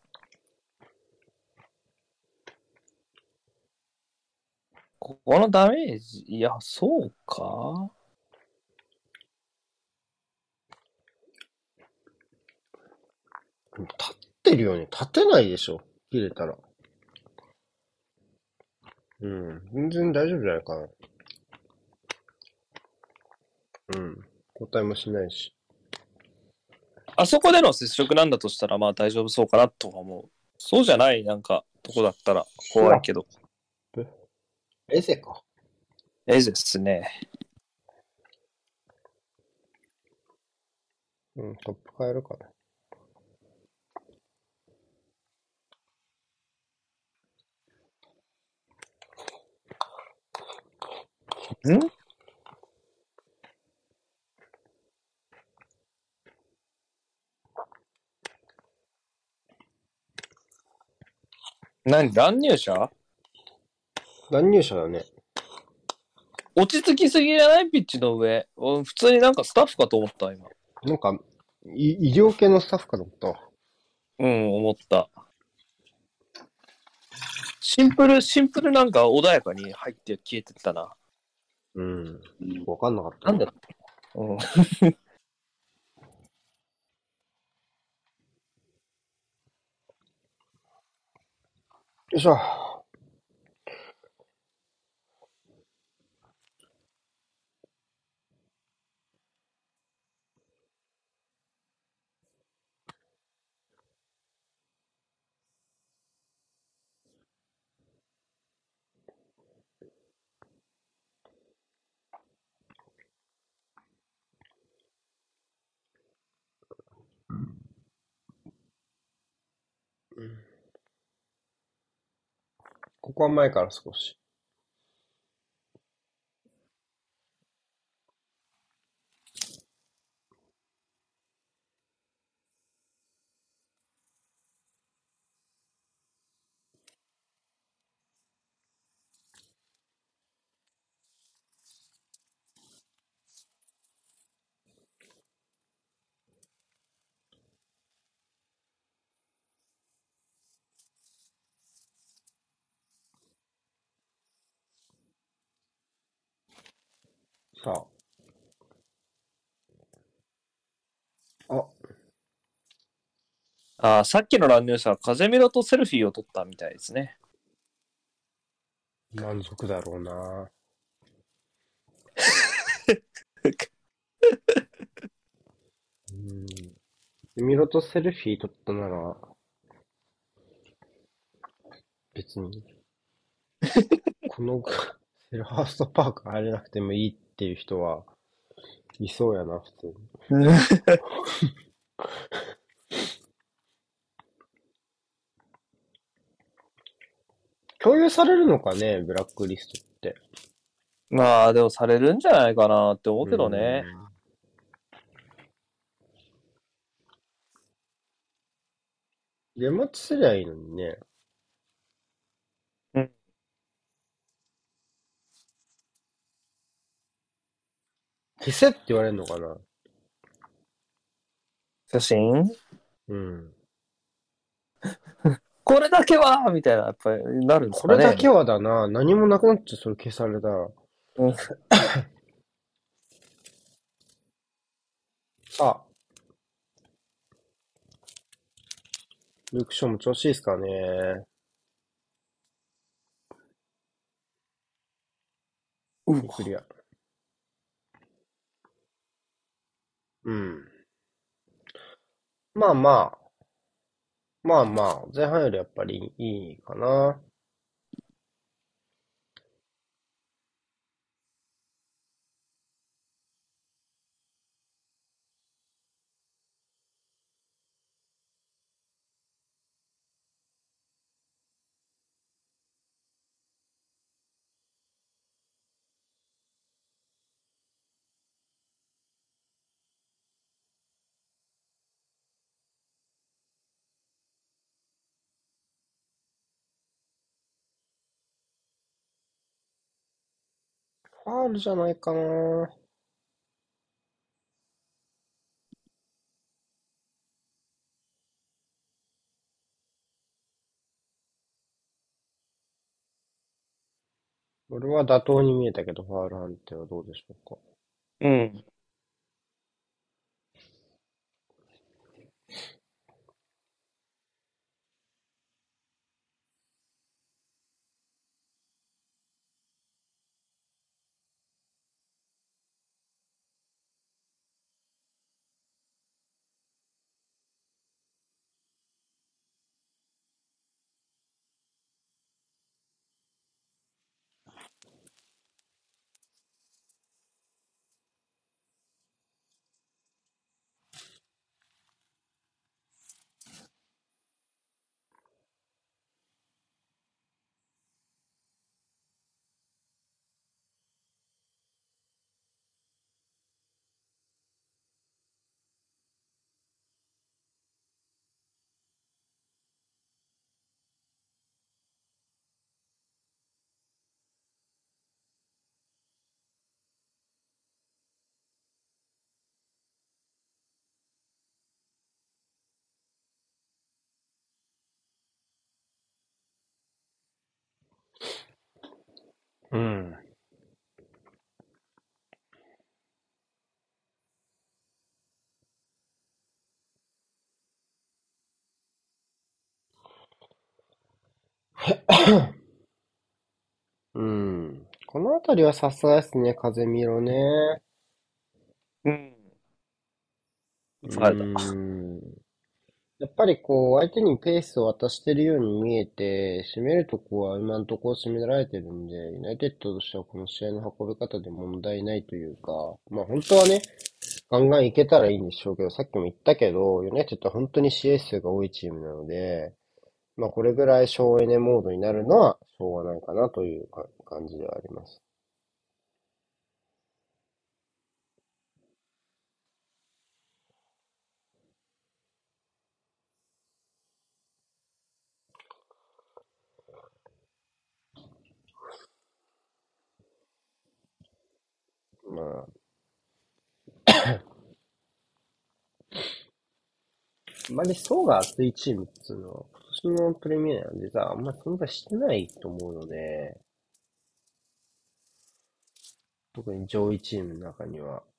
ここのダメージ、いや、そうか立ってるよね。立てないでしょ。切れたら。うん。全然大丈夫じゃないかな。うん。交代もしないし。 あそこでの接触なんだとしたら、まあ大丈夫そうかなとか思う。そうじゃない、なんか、とこだったらスラッ怖いけど。 プエゼか。 えぜっすね。 うん、トップ変えるかな。 ん何乱入者乱入者だね。 落ち着きすぎじゃないピッチの上。普通になんかスタッフかと思った、今。 なんか、医療系のスタッフかと思ったわ。 うん、思った。シンプルなんか穏やかに入って消えてったな。 うん。わかんなかったな。 なんだうん。 よいしょ。ここは前から少し。さあ。あ、 あ、さっきの乱入者は風見ろとセルフィーを撮ったみたいですね。 満足だろうな。うん。ミロとセルフィー撮ったなら、別に、このセルハーストパーク入れなくてもいいっていう人はいそうやな、普通に。共有されるのかね、ブラックリストって。 まあ、でもされるんじゃないかなって思ううけどね。 ん。出待ちすりゃいいのにね。 うん。 消せって言われるのかな。 写真うん。 これだけはみたいな、やっぱりなるんですかね。 これだけはだな。何もなくなっちゃう、それ消されたら。 うん。 あ、ルークショーも調子いいっすかね。クリア。うん。まあまあ、まあまあ、前半よりやっぱりいいかな。ファールじゃないかな。俺は妥当に見えたけど、ファール判定はどうでしょうか。 うん。 うん。うん。このあたりはさすがですね、風見ろね。 うん。 うファウルだ。 ーん。やっぱりこう、相手にペースを渡してるように見えて、締めるとこは今のところ締められてるんで、ユナイテッドとしてはこの試合の運び方で問題ないというか、まあ本当はね、ガンガンいけたらいいんでしょうけど、さっきも言ったけど、ユナイテッドは本当に試合数が多いチームなので、まあこれぐらい省エネモードになるのはしょうがないかなという感じではあります。まあ、あまり層が厚いチームっていうのは、今年のプレミアで実はあんまり存在してないと思うので、特に上位チームの中には。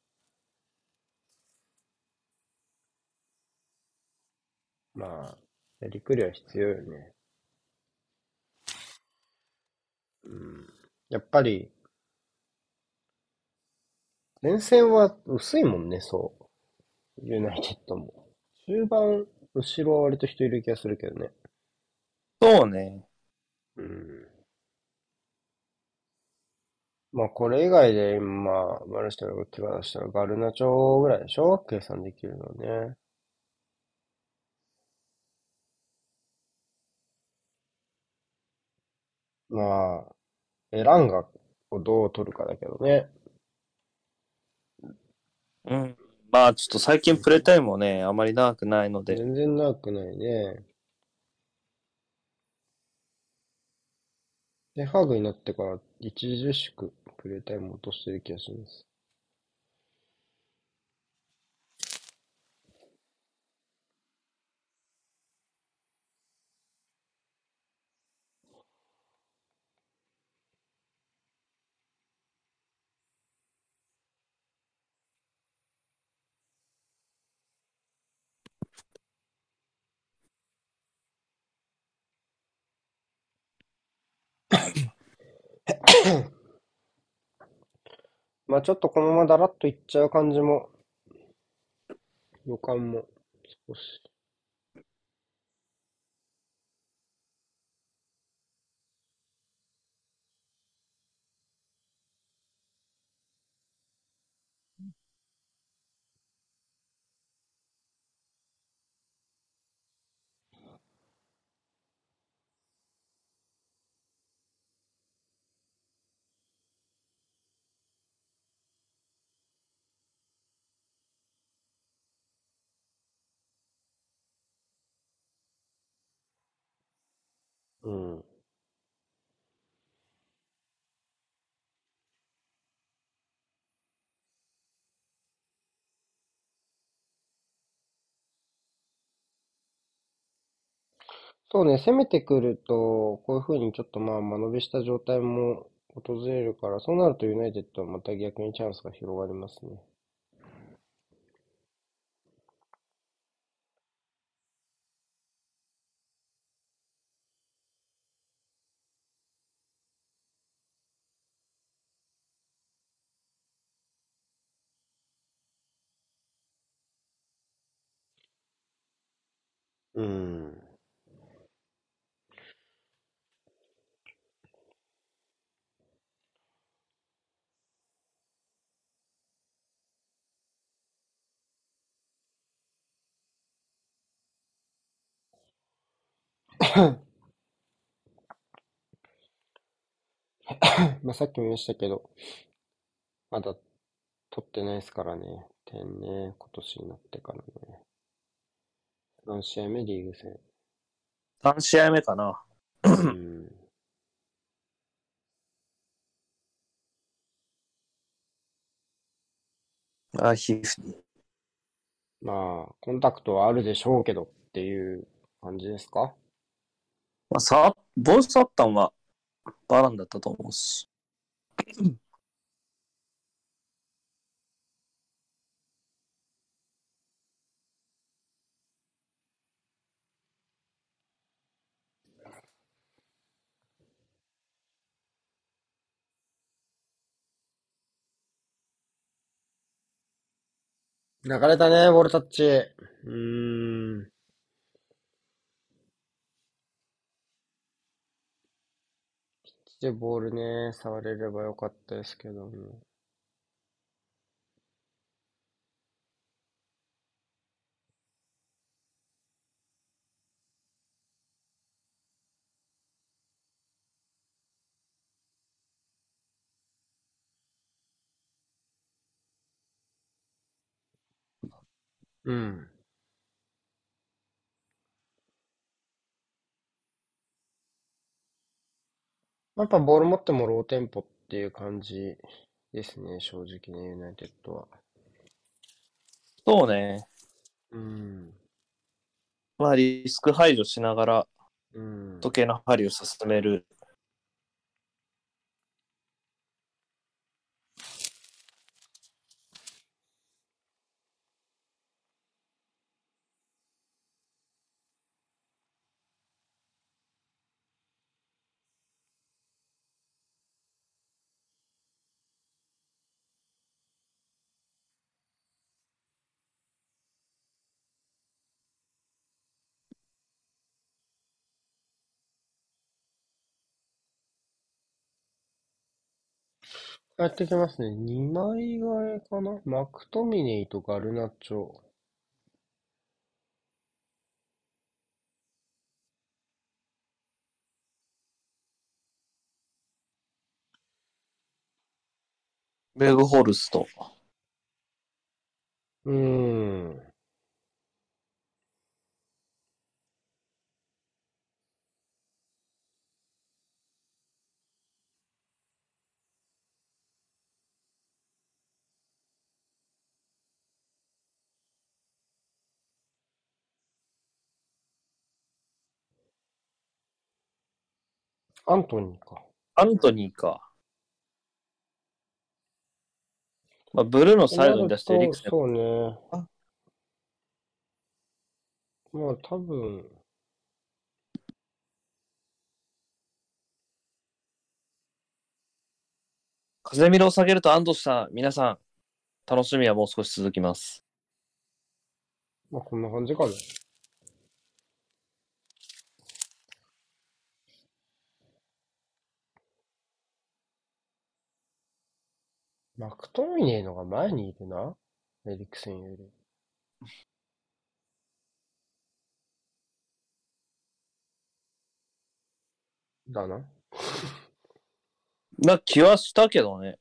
まあ、やりくりは必要よね。うん。やっぱり、前線は薄いもんね、そう。ユナイテッドも。中盤、後ろは割と人いる気がするけどね。 そうね。 うん。まあ、これ以外で今、マルシャルが手放したらガルナチョぐらいでしょ計算できるのね。まあ、エランガをどう取るかだけどね。 うん。まあ、ちょっと最近プレイタイムもね、あまり長くないので。 全然長くないね。で、ハーグになってから著しくプレイタイムを落としてる気がします。まあちょっとこのままだらっといっちゃう感じも、予感も少し。うん。そうね、攻めてくると、こういう風にちょっとまあ間延びした状態も訪れるから、そうなるとユナイテッドはまた逆にチャンスが広がりますね。うん。まあさっきも言いましたけど、まだ取ってないですからね。点ね、今年になってからね。何試合目リーグ戦。 3試合目かな。 うん。 あ、皮膚。 まあ、コンタクトはあるでしょうけどっていう感じですか？ まあ、ボール触ったんはバランだったと思うし。 流れたね、ボールタッチ。ーん。で、ボールね、触れればよかったですけども。うん。やっぱボール持ってもローテンポっていう感じですね、正直ね、ユナイテッドは。 そうね。 うん。 まあ、リスク排除しながらうん。 時計の針を進める。 やってきますね。2枚替えかな、マクトミネイとガルナチョ。 ベグホルスト。 うーん。アントニーか。 アントニーか。まあ、ブルーのとなサイドに出してエリると、 クセン。 そうね。まあ多分、 風見ろを下げると安堵した皆さん、楽しみはもう少し続きます。 まあこんな感じかね。マクトミネイのが前にいるな。エリクセンより。だな。 な気はしたけどね。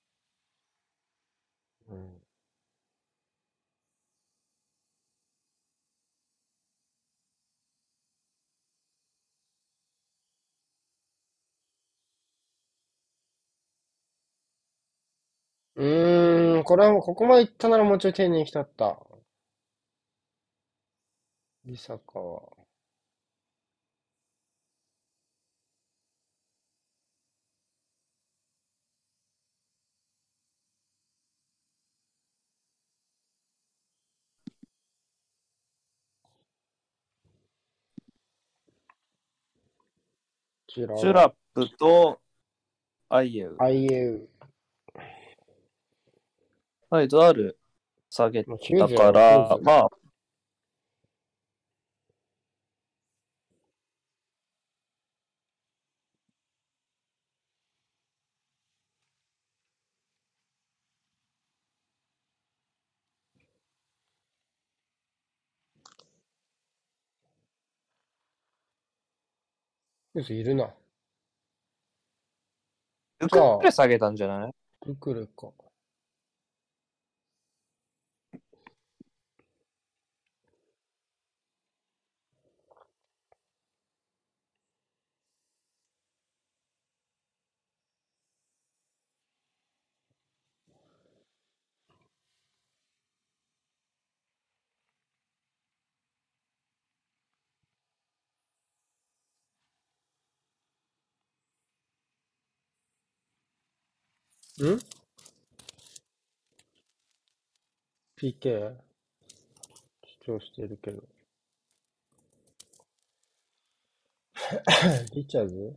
うん。これはもうここまで行ったならもうちょい丁寧に行きたかった。リサカは。こちらは、 シュラップとアイエウ。 IAU。 はい、ドアル下げもうヒューたズやろ、ヒューから、 ズ。 まあ、 ヒューズいるな。 ウじゃあ、 クレ下げたんじゃない？ ルクルか。 ん ?PK? 主張してるけど。リチャーズ。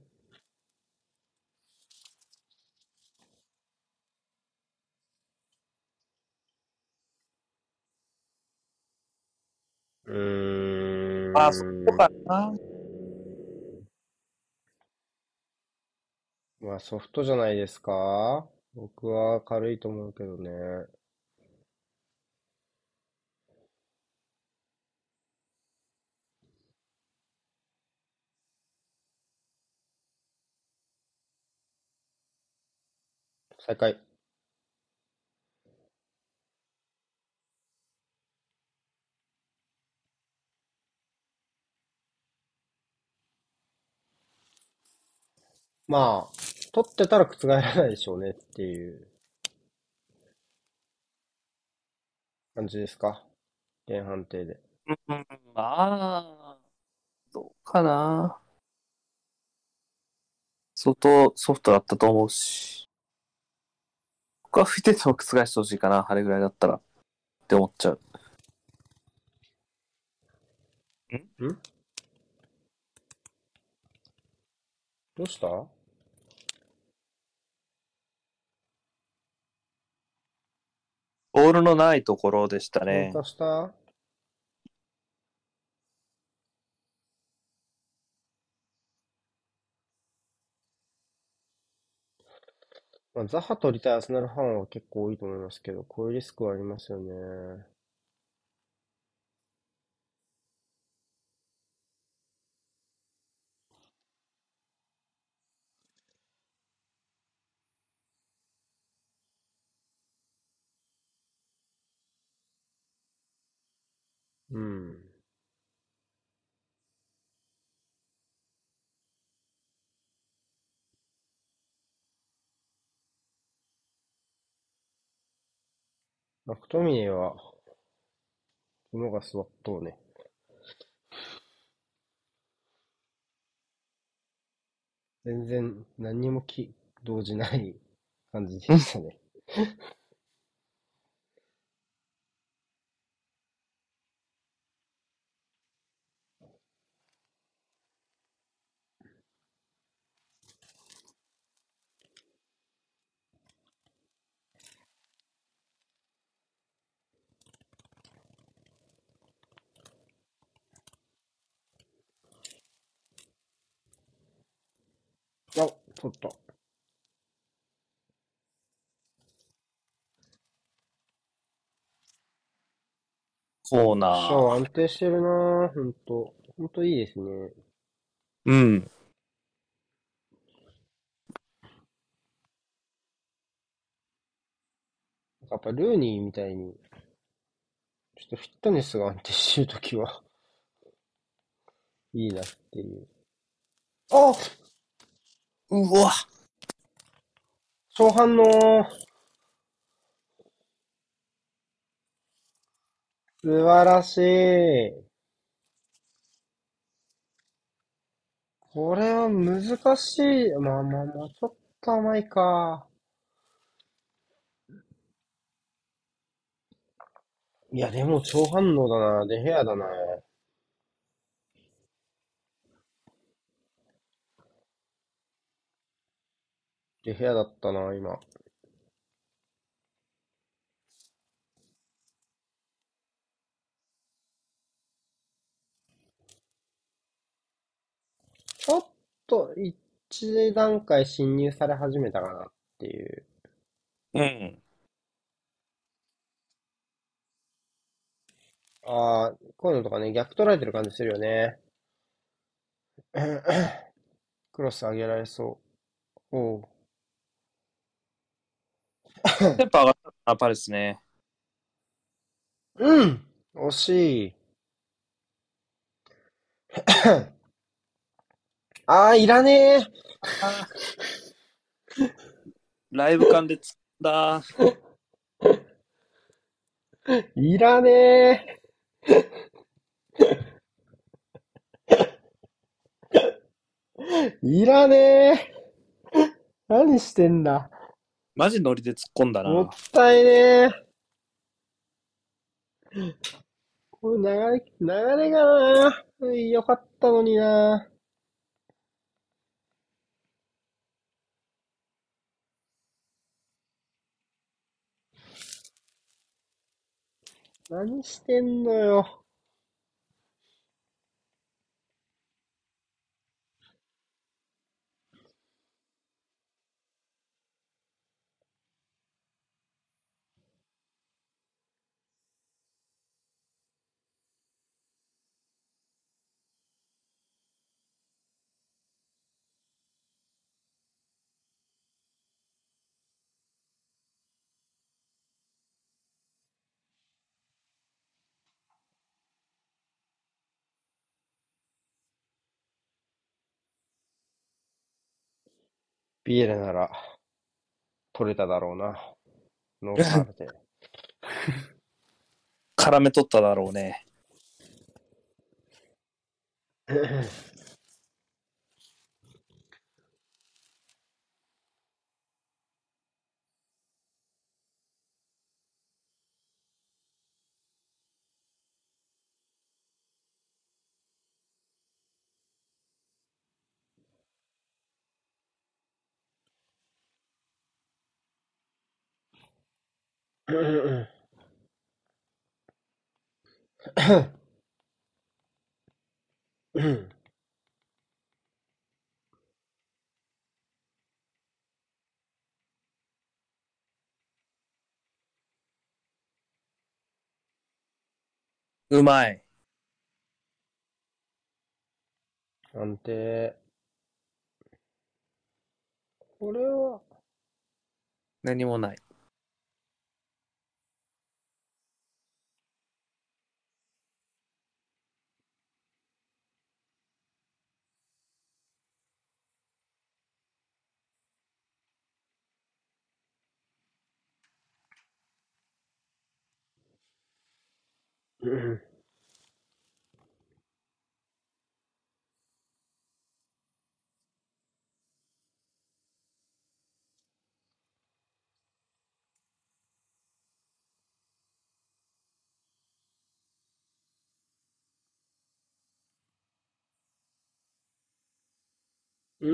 うあ、そうーん。 かな。 まあソフトじゃないですか。僕は軽いと思うけどね。再開。まあ、取ってたら覆らないでしょうねっていう感じですか。現判定で。 うん、まあ、どうかな。相当ソフトだったと思うし。僕は吹いてても覆してほしいかな。あれぐらいだったら。って思っちゃう。んんどうした？ ボールのないところでした喧ね。 嘩した？まあ、ザハ取りたいアスナルファンは結構多いと思いますけど、こういうリスクはありますよね。うん。マクトミネーは、肝が座っとうね。全然何にも動じない感じでうん。 したね。あ、取った。 コーシャワー安ナー。 定してるなぁ、ほんと。ほんといいですね。 うん。 やっぱルーニーみたいに、ちょっとフィットネスが安定してるときはいいなっていう。あ、 うわ。 超反応。素晴らしい。これは難しい。まあまあまあ、ちょっと甘いか。いや、でも超反応だな。デヘアだな。デヘアだったな、今。ちょっと一段階侵入され始めたかなっていう。 うん。 ああ、こういうのとかね、逆取られてる感じするよね。クロス上げられそう。おう。 テンポ上がったな、パレスね。 うん、惜しい。ああ、いらねあー、ライブ感でつんだ。 え。いらねえ。いらねえ。何してんだ。 マジノリで突っ込んだもっな。 たいねえ。これ流れがな、良かったのにな。何してんのよ。ビエラなら取れただろうな。ノーファールで。 絡め取っただろうね。うまい。 安定。これは、 何もない。 うん。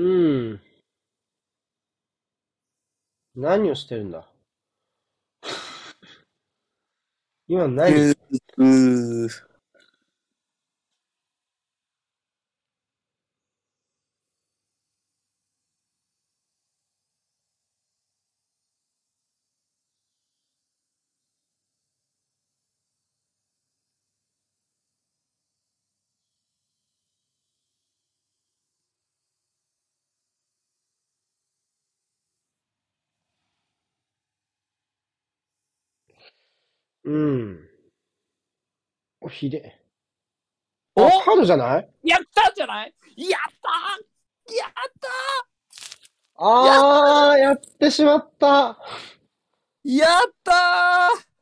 何をしてるんだ。今何。 うー。 うん。お、ひで。 お、 あ、ファウルじゃない。 やったんじゃない？やったー、やったー、やっやってしまった。 やったー、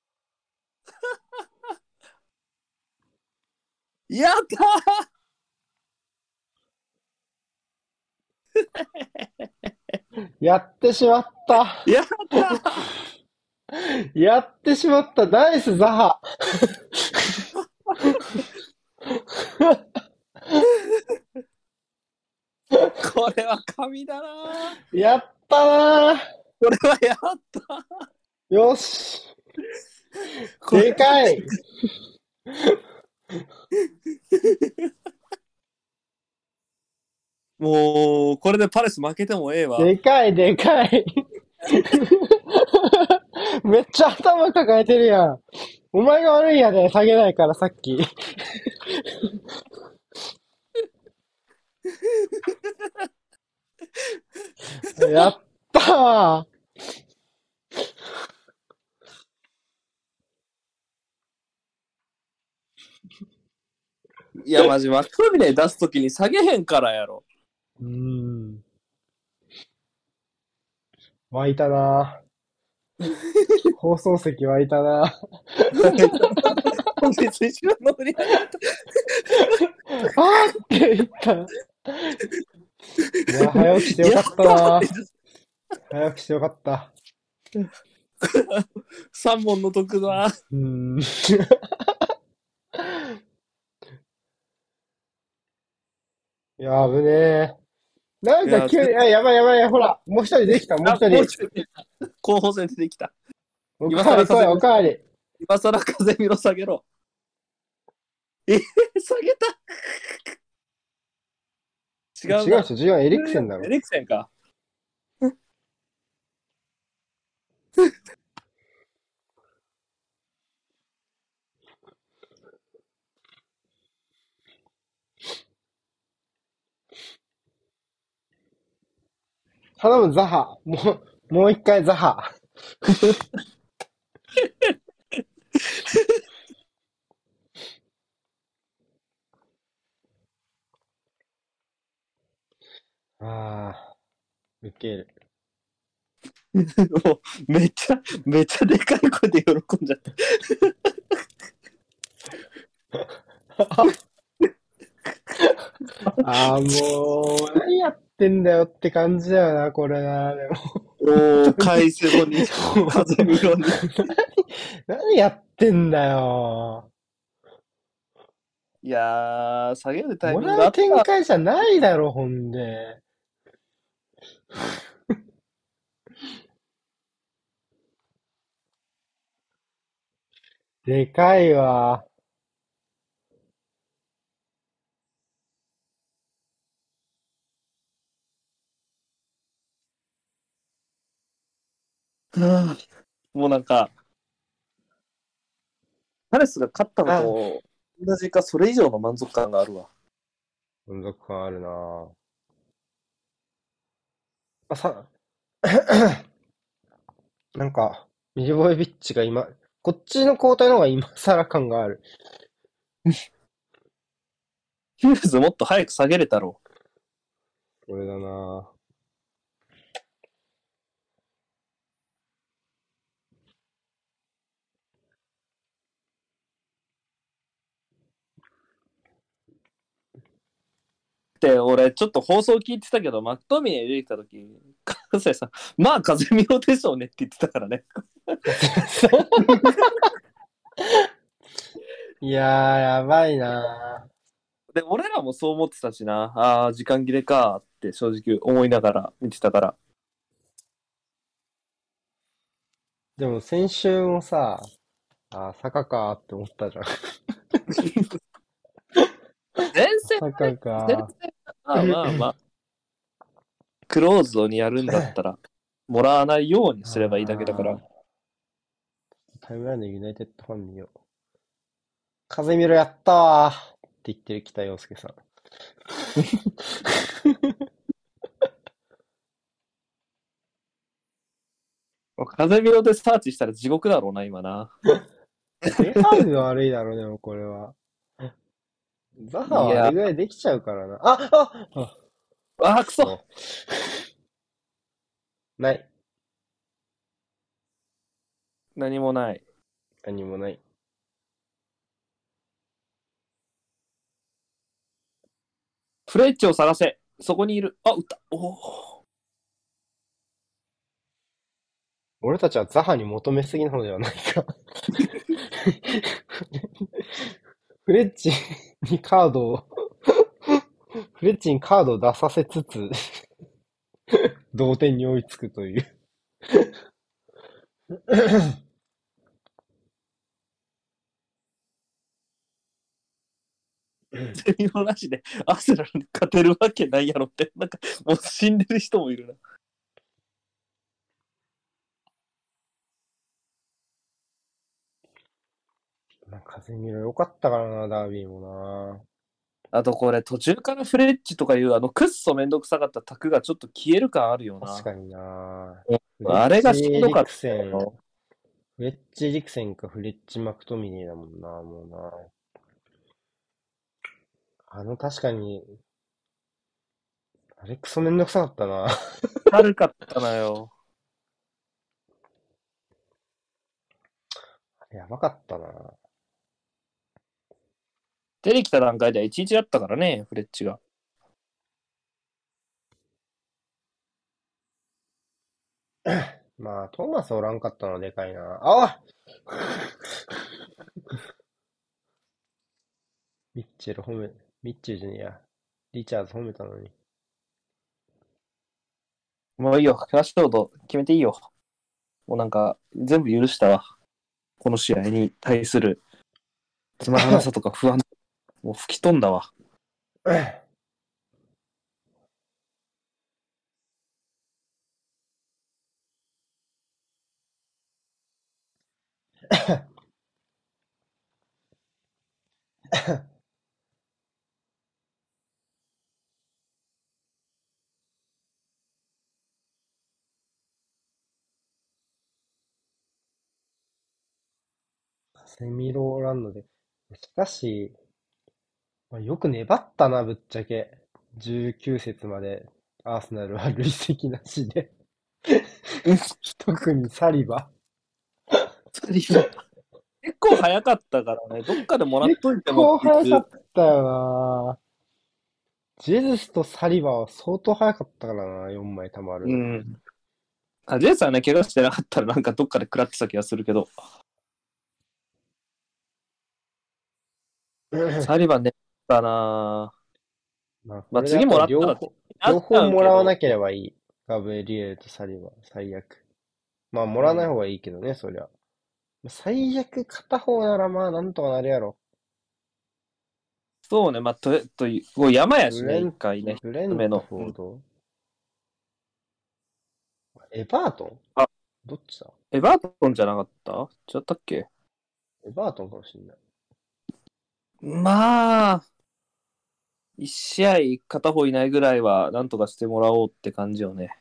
やったやってしまった。 ー、やったー。 やってしまった。ナイスザハ。 これは神だなー。 やったな。 これはやった。 よし。 これでかい。 もう、これでパレス負けてもええわ。 でかい、でかい。めっちゃ頭抱えてるやん。お前が悪いんやで、下げないからさっき。やったわ。 いや、マジ、マクトミネ出すときに下げへんからやろ。 湧いたな。放送席湧いたな。 別に後ろの振り上げた。 あーって言った。いや、早起きしてよかったな。 早くしてよかった。 3問の得だ。 いや、危ねえ。なんいや、 か急に、あ、やばいやばいやばい、ほら、もう一人できた、もう一人。 もう一人出てきた。候補生出てきた。 お今かわり来い、 更風見ろ。 おかわり。 今更風見ろ下げろ。下げた。違うな。 違う人、違う、エリクセンだろ。 エリクセンか。 頼む、ザハ。もう一回ザハ。ああ、ウケる。 もうめっちゃでかい声で喜んじゃった。 ああ、もう、何やってんだよって感じだよな、これな。でも、 おー、 本当に。 返せ後に、風見ろに。 何やってんだよ。 いやー、下げるタイもミングらう展あった。 開じゃないだろ、ほんで。でかいわ。 うんもうなんか、パレスが勝ったのあ、 と同じか、それ以上の満足感があるわ。 満足感あるな。あ、なんか、ミリボエビッチが今、こっちの交代の方が今更感がある。 ヒューズもっと早く下げれたろこれだな。 って、俺ちょっと放送聞いてたけど、マクトミネ出てきたとき、関西さん、まあ風見ろでしょうねって言ってたからね。 いやー、やばいな。 で、俺らもそう思ってたしな。ああ、時間切れかって正直思いながら見てたから。 でも先週もさ、あ、坂かーって思ったじゃん。 前線はね、 坂前か線はまあまあ、クローズドにやるんだったら、もらわないようにー。 すればいいだけだから。 タイムラインのユナイテッドファン見よう。風見ろやったわーって言ってる北洋介さん。 風見ろでサーチしたら地獄だろうな、今な。 テンハグが悪いだろ、でもこれは。ザハいや、 はあれぐらいできちゃうからな。あ、 くそ。 そう。ない。 何もない。 何もない。 フレッチを探せ。そこにいる。あ、撃った。おお。 俺たちはザハに求めすぎなのではないか。フレッチにカードを、フレッチにカードを出させつつ、同点に追いつくという。 セミのなしでアセナルに勝てるわけないやろって。なんか、もう死んでる人もいるな。 まあ、風見ろよかったからな、ダービーもな。 あとこれ、途中からフレッチとかいう、くっそめんどくさかったタクがちょっと消える感あるよな。 確かにな。フレッあれがしんチエリどかっクセン、 たよ。 フレッチエリクセンかフレッチマクトミネーだもんな、もうな。確かに、あれクソめんどくさかったな。 悪かったなよ。 やばかったな。 出てきた段階では1-1だったからね、フレッチが。 まあ、トーマスおらんかったのはでかいな。あミッチェル褒め、ミッチェルじゃねえや。リチャーズ褒めたのに。 もういいよ。ラッシュフォード決めていいよ。もうなんか、全部許したわ。この試合に対するつまらなさとか不安、もう吹き飛んだわ。 セミローランドで。しかし、まあよく粘ったな、ぶっちゃけ。19節までアーセナルは累積なしで。特にサリバ。 結構早かったからね。どっかでもらっ結といても構っていう。 早かったよな。ジェズスとサリバは相当早かったからな、4枚溜まるの。 うん。あ、ジェイさんね、怪我してなかったらなんかどっかで食らってた気がするけど、サリバンねったな。 まあ、こまあれであと次もらったらってなっち両方ゃうけど、 もらわなければいい。ガブリエルとサリバ、最悪。まあ、もらわないうん。 方がいいけどね、そりゃ。最悪片方ならまあ、なんとかなるやろ。 そうね、まあ、もう山やしね、 ブレン、 一回ね、 ブレント一つ目の。うん。 フォードエバートンあ、 どっちだエバートンじゃなかった違ったっけ？ エバートンかもしんない。 まあ、一試合片方いないぐらいはなんとかしてもらおうって感じよね。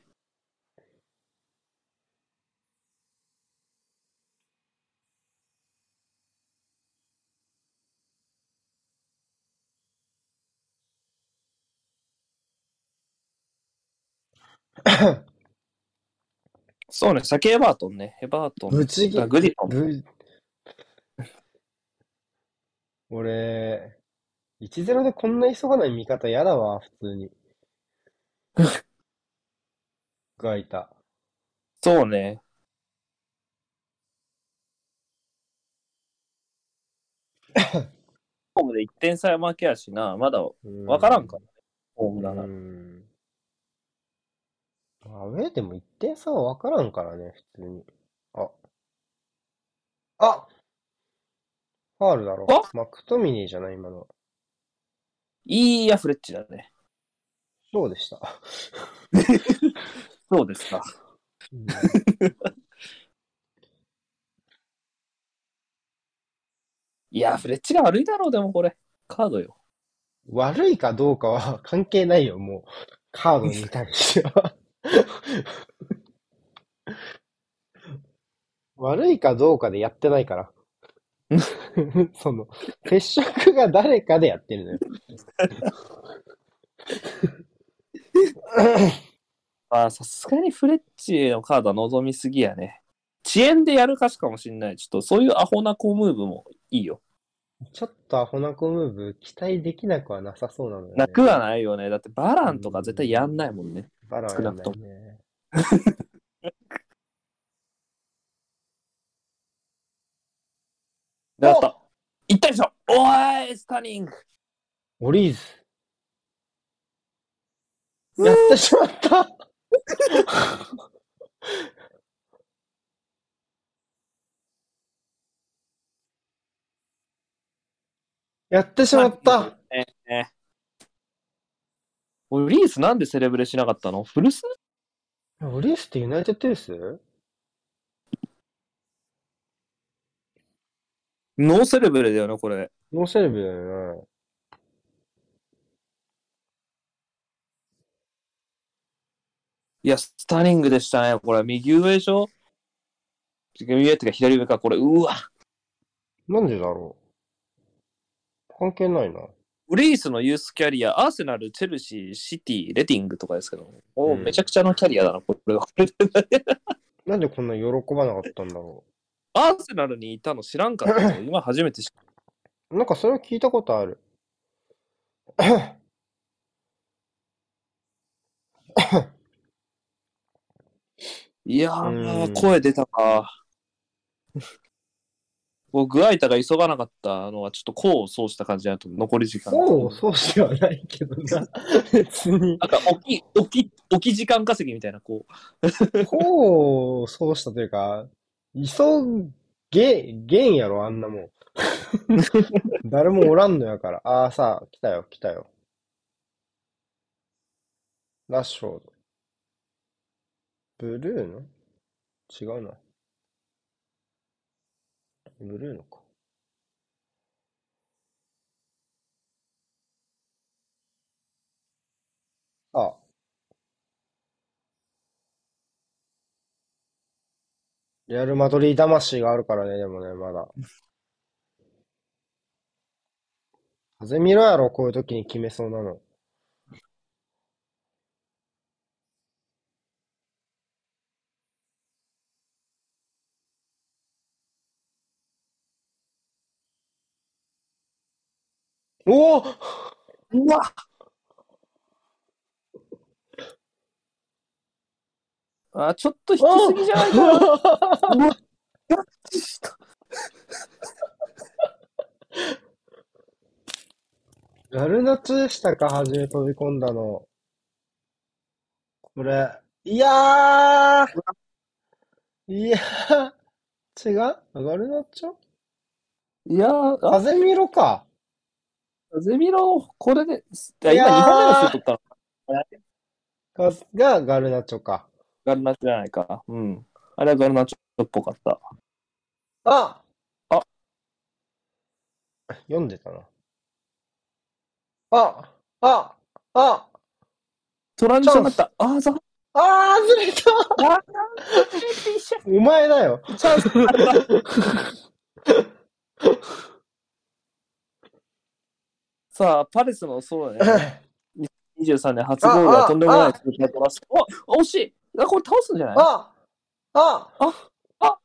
そうね、先エバートンね。エバートン、 ぶちぎ、ぶ、 グディトン。 ぶ、俺、1-0でこんな急がない味方やだわ、普通に。がいた。 そうね。ホームで1点差負けやしな、まだうーわからんかん。 らね、ホーうームなら。 ん。アウェーでも1点差は分からんからね、普通に。あ、あファールだろ。 あ、 マクトミニーじゃない、今のは。 いいや、フレッチだね。 そうでした。 そうですか。 うん、 いや、フレッチが悪いだろう、でもこれ。カードよ。 悪いかどうかは関係ないよ、もう。カードに対しては。悪いかどうかでやってないから。その、接触が誰かでやってるのよ。 まあ、さすがにフレッチのカードは望みすぎやね。遅延でやるかしかもしんない。ちょっとそういうアホなコムーブもいいよ。 ちょっとアホなコムーブ期待できなくはなさそうなのよなくはね。 ないよね。だってバうーランとか絶対やんないん。 もんね。 バランやんない少なくとも。 ね。 で、あっおた。いったでしょ。おーい、スタニング。 オリーズ。 うやってーしまったやってしスタニングまったね。オリースなんでセレブレしなかったの？フルス？ オリースってユナイテッドユースノーセレブレだよね、これ。 ノーセレブだよね。 いや、スタニングでしたね。これ、右上でしょ？右上ってか左上か。これ、うわ。 なんでだろう関係ないな。 グリースのユースキャリア、アーセナル、チェルシー、シティ、レディングとかですけど、めちゃうん。 くちゃなキャリアだな、これは。 なんでこんな喜ばなかったんだろアーセナルにいたの知らんかったぞ。今初めて知った。 う。なんかそれ聞いたことある。 いやうー、 ん。 声出たか。僕、グアイタが急がなかったのは、ちょっと功を奏した感じだと、残り時間で。 そう、そうしてはないけどな。別に。 なんか、置き時間稼ぎみたいな、ここう、そうしたというか、げんやろ、あんなもん。誰もおらんのやから。ああ、さあ、来たよ、来たよ。ラッシュフォード。ブルーの違うな。ブルーのか。あ、レアル・マドリー魂があるからね、でもね、まだ。風見ろやろ、こういう時に決めそうなの。おおう、うわあ、ちょっと引きすぎじゃないかな。うわ、キャッチした。 ガルナチョでしたか、初め飛び込んだの。これ。いや違うガルナチョいやー、あ、 風見ろか。 ゼミロ、これで、 い今2本目のシュやート打ったの。 がガルナチョか。 ガルナチョじゃないか。うん。あれはガルナチョっぽかった。 ああ、 読んでたな。あああトランジチャンスションだった。あ、 ずれたあ、ずれて一緒。 お前だよ。 チャンスあった。さあ、パレスのそうだね。2023年初ゴールはとんでもない数字だとます。お、惜しい。あ、これ倒すんじゃないあああ、あ、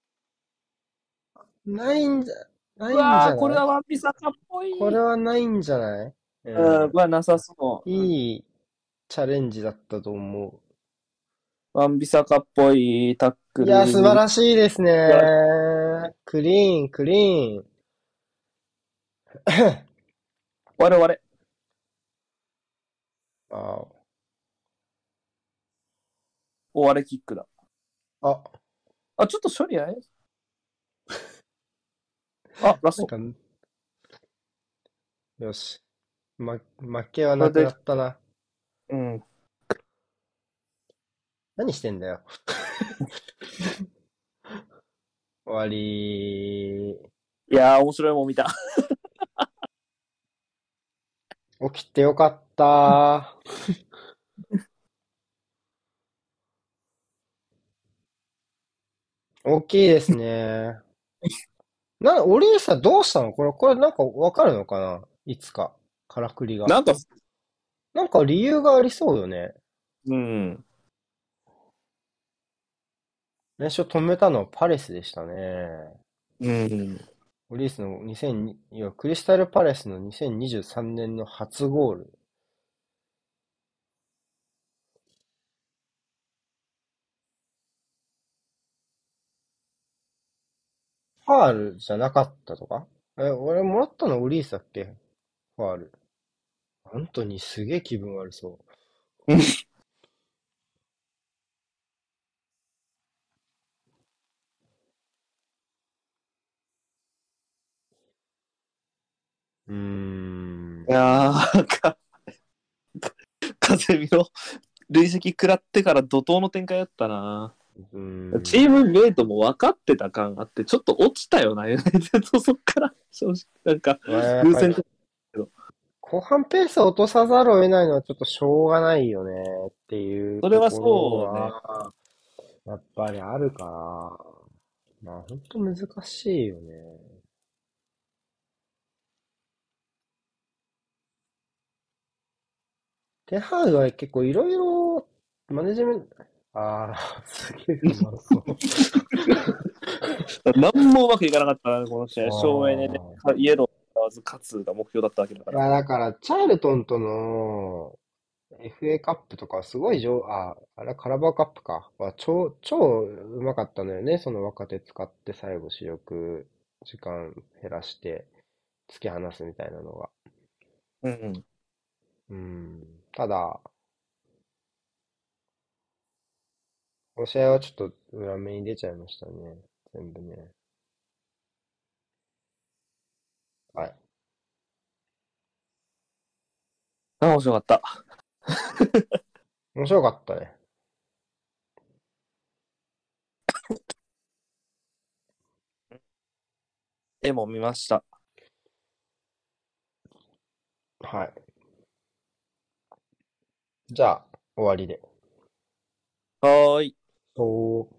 ないんじゃ、ないんじうわー、 ゃないこれはワンピサカっぽこれい。 はないんじゃないううん、 ん。 これはなさそう。うん、 いいチャレンジだったと思ワンビサカっぽいタッう。 クいや、素晴ル。 らしいですね。クリーン、クリーン。 我々。 あ終われキックだ。 あ、 あ、ちょっと処理あれあ、ラスト。 なんか、よし。負けはなくなこれで、 ったな。 うん。 何してんだよ。終わり。 いやー、面白いもん見た。 起きてよかった。大きいですね。オリーサどうしたのこれなんかわかるのかないつか。からくりが。 なんか、 なんか理由がありそうよね。 うん。 練習を止めたのはパレスでしたね。 うん。 オリースの2002、いや、クリスタルパレスの2023年の初ゴール。ファールじゃなかったとか俺もらったのオリースだっけファール。アントニーすげえ気分悪そう。うーん。 いやー、風見の累積食らってから怒涛の展開だったな。 うーチーん。 ムメイトも分かってた感あって、ちょっと落ちたよな、ユナイテッドそっから、正直。なんか、 やっぱり、 偶然とけど、 後半ペースを落とさざるを得ないのはちょっとしょうがないよねっていうそれはところそうね。 は、やっぱりあるから、まあ本当難しいよね。テンハーグは結構いろいろマネジメント、ああ、すげえ不満そう。 何もうまくいかなかったな、この試合。省エネで、 あイエローを使わず勝つが目標だったわけだかあ。いら。 や、だから、チャールトンとの FA カップとかすごいあれカラバーカップか。超うまかったのよね。その若手使って最後主力時間減らして突き放すみたいなのが。 うん。 うん。ただ、この試合はちょっと裏目に出ちゃいましたね。全部ね。はい。 あ、面白かった。 面白かったね。 絵も見ました。 はい。じゃあ、終わりで。 はーい。 おー。